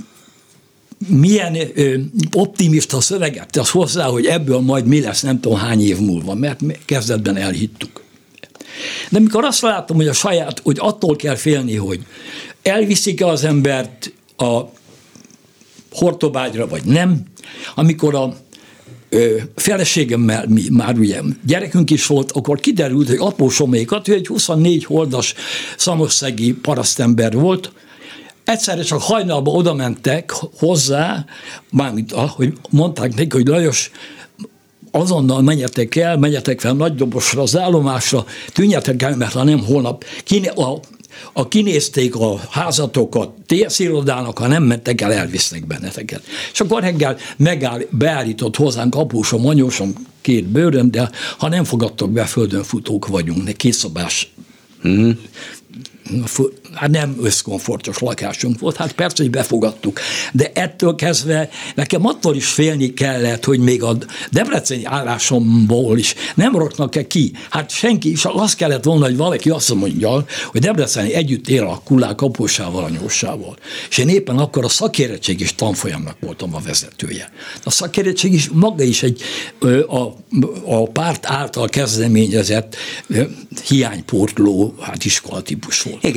S4: milyen ö, optimista szöveget tesz hozzá, hogy ebből majd mi lesz nem tudom hány év múlva, mert kezdetben elhittük. De mikor azt látom, hogy a saját, hogy attól kell félni, hogy elviszik-e az embert a Hortobágyra, vagy nem, amikor a ö, feleségemmel mi, már ugye gyerekünk is volt, akkor kiderült, hogy apósomékat, ő egy huszonnégy holdas szamosszegi parasztember volt, egyszerre csak hajnalban oda mentek hozzá, mármint, hogy mondták neki, hogy Lajos, azonnal menjetek el, menjetek fel Nagydobosra, az állomásra, tűnjetek el, mert ha nem holnap kiné, a, a kinézték a házatokat té es irodának, ha nem mentek el, elvisznek benneteket. És akkor reggel megáll, beállított hozzánk apósom, anyósom két bőrön, de ha nem fogadtok be, földön futók vagyunk, kétszobás. Hmm. Hát nem összkomfortos lakásunk volt, hát persze, hogy befogadtuk. De ettől kezdve nekem attól is félni kellett, hogy még a debreceni állásomból is nem raknak-e ki. Hát senki, és azt kellett volna, hogy valaki azt mondja, hogy Debreceni együtt él a Kullák Kaposával, a Nyósával. És én éppen akkor a szakérettségi tanfolyamnak voltam a vezetője. A szakérettség is maga is egy a, a párt által kezdeményezett hiánypótló hát iskolatípus volt.
S2: Igen, hát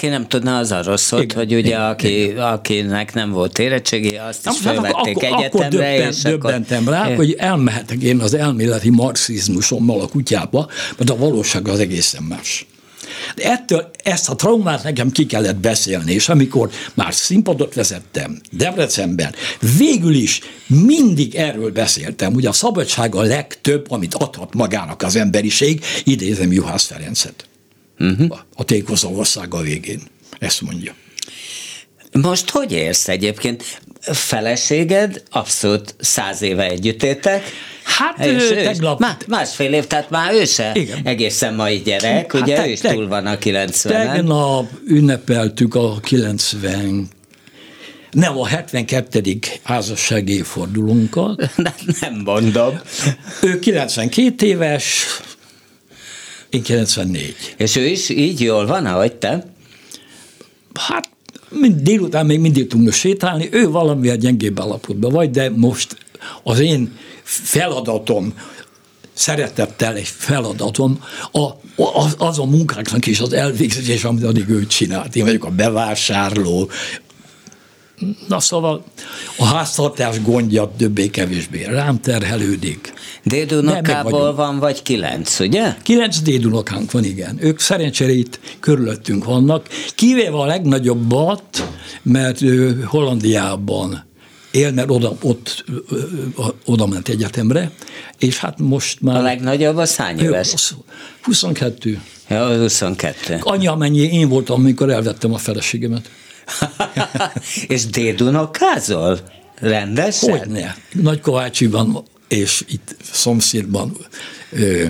S2: aki nem tudna, az arról szólt, igen, hogy ugye igen, aki, igen. akinek nem volt érettségi, azt is felvették
S4: akkor,
S2: egyetemre.
S4: Akkor döbben, és döbbentem akkor... rá, hogy elmehetek én az elméleti marxizmusommal a kutyába, mert a valóság az egészen más. De ettől ezt a traumát nekem ki kellett beszélni, és amikor már színpadot vezettem Debrecenben, végül is mindig erről beszéltem, hogy a szabadság a legtöbb, amit adhat magának az emberiség, idézem Juhász Ferencet. Uh-huh. A Tékozóországa végén. Ezt mondja.
S2: Most hogy érsz egyébként? Feleséged, abszolút száz éve együtt éltek.
S4: Hát ő, tegnap...
S2: Má, másfél év, tehát már ő se igen. egészen mai gyerek, hát ugye te, ő is te, túl van a kilencvenen.
S4: Tegnap ünnepeltük a kilencven... Nem, a hetvenkettedik házassági évfordulónkat.
S2: Nem mondom.
S4: Ő kilencvenkét éves, én kilencvennégy.
S2: És ő is így jól van, ahogy te?
S4: Hát délután még mindig tudunk sétálni, ő valamivel gyengébb állapotban vagy, de most az én feladatom, szeretettel egy feladatom, a, az, az a munkáknak is az elvégzés, amit addig ő csinált. Én vagyok a bevásárló. Na szóval a háztartás gondja többé-kevésbé rám terhelődik.
S2: Dédunokából van vagy kilenc, ugye?
S4: Kilenc dédunokánk van, igen. Ők szerencsére itt körülöttünk vannak, kivéve a legnagyobbat, mert ő Hollandiában él, mert oda, ott, oda ment egyetemre, és hát most már...
S2: A legnagyobb az hány éves?
S4: huszonkettő.
S2: Ja, huszonkettő.
S4: Annyi, amennyi én voltam, amikor elvettem a feleségemet.
S2: És dédunokázol? Rendesen?
S4: Hogyne. Nagykovácsiban és itt szomszédban ö,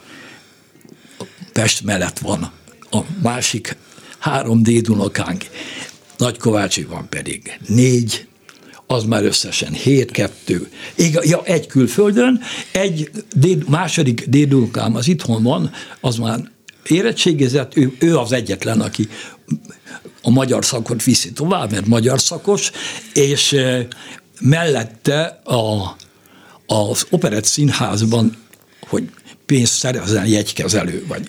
S4: Pest mellett van a másik három dédunokánk. Nagykovácsiban pedig négy, az már összesen hét, kettő. Ja, egy külföldön, egy déd, második dédunokám az itthon van, az már érettségizett, ő, ő az egyetlen, aki a magyar szakot viszi tovább, mert magyar szakos, és mellette a, az Operett Színházban, hogy pénzt szerezzen, jegykezelő vagy.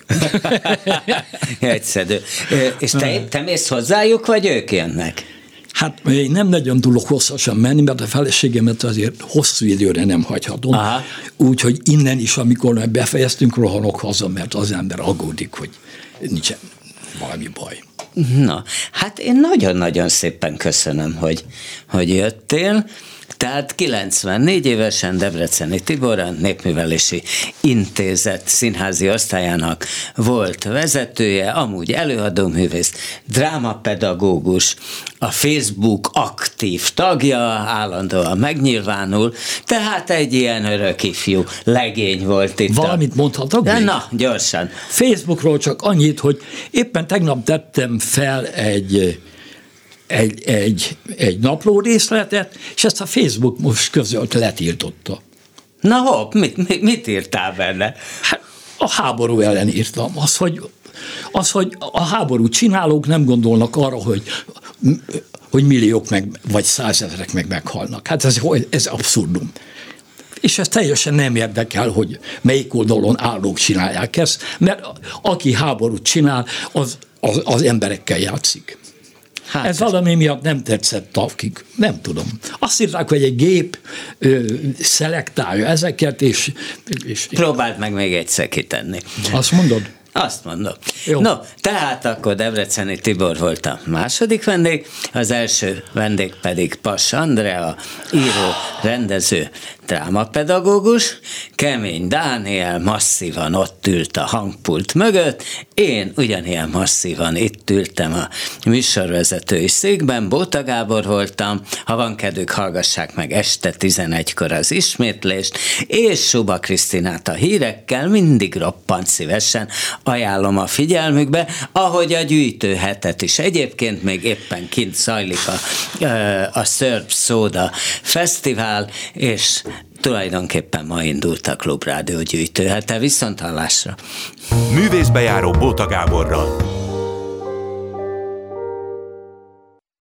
S2: Jegyszedő. És te, te mész hozzájuk, vagy ők jönnek?
S4: Hát én nem nagyon tudok hosszasan menni, mert a feleségemet azért hosszú időre nem hagyhatom. Úgyhogy innen is, amikor befejeztünk, rohanok haza, mert az ember aggódik, hogy nincsen valami baj.
S2: Na, hát én nagyon-nagyon szépen köszönöm, hogy, hogy jöttél. Tehát kilencvennégy évesen Debreceni Tibor, a Népművelési Intézet színházi osztályának volt vezetője, amúgy előadóművész, drámapedagógus, a Facebook aktív tagja, állandóan megnyilvánul, tehát egy ilyen örök ifjú legény volt itt.
S4: Valamit a... mondhatok
S2: még? Na, gyorsan.
S4: Facebookról csak annyit, hogy éppen tegnap tettem fel egy Egy, egy, egy napló részletet, és ezt a Facebook most közölt letiltotta.
S2: Na hopp, mit, mit, mit írtál benne?
S4: Hát a háború ellen írtam. Az hogy, az, hogy a háború csinálók nem gondolnak arra, hogy, hogy milliók meg, vagy százezrek meg meghalnak. Hát ez, ez abszurdum. És ez teljesen nem érdekel, hogy melyik oldalon állók csinálják ezt, mert aki háborút csinál, az, az, az emberekkel játszik. Hát ez valami miatt nem tetszett akik, nem tudom. Azt írták, hogy egy gép ö, szelektálja ezeket, és, és...
S2: Próbáld meg még egyszer kitenni.
S4: Azt mondod?
S2: Azt mondom. Jó. No, tehát akkor Debreceni Tibor volt a második vendég, az első vendég pedig Pass Andrea, író, rendező, drámapedagógus, Kemény Dániel masszívan ott ült a hangpult mögött, én ugyanilyen masszívan itt ültem a műsorvezetői székben, Bóta Gábor voltam, ha van kedvük, hallgassák meg este tizenegykor az ismétlést, és Suba Krisztinát a hírekkel, mindig roppant szívesen ajánlom a figyelmükbe, ahogy a gyűjtőhetet is. Egyébként még éppen kint zajlik a, a Szörp Szóda Fesztivál, és tulajdonképpen ma indult a Klubrádió gyűjtőhete. Viszonthallásra!
S1: Művészbejáró Bóta Gáborral.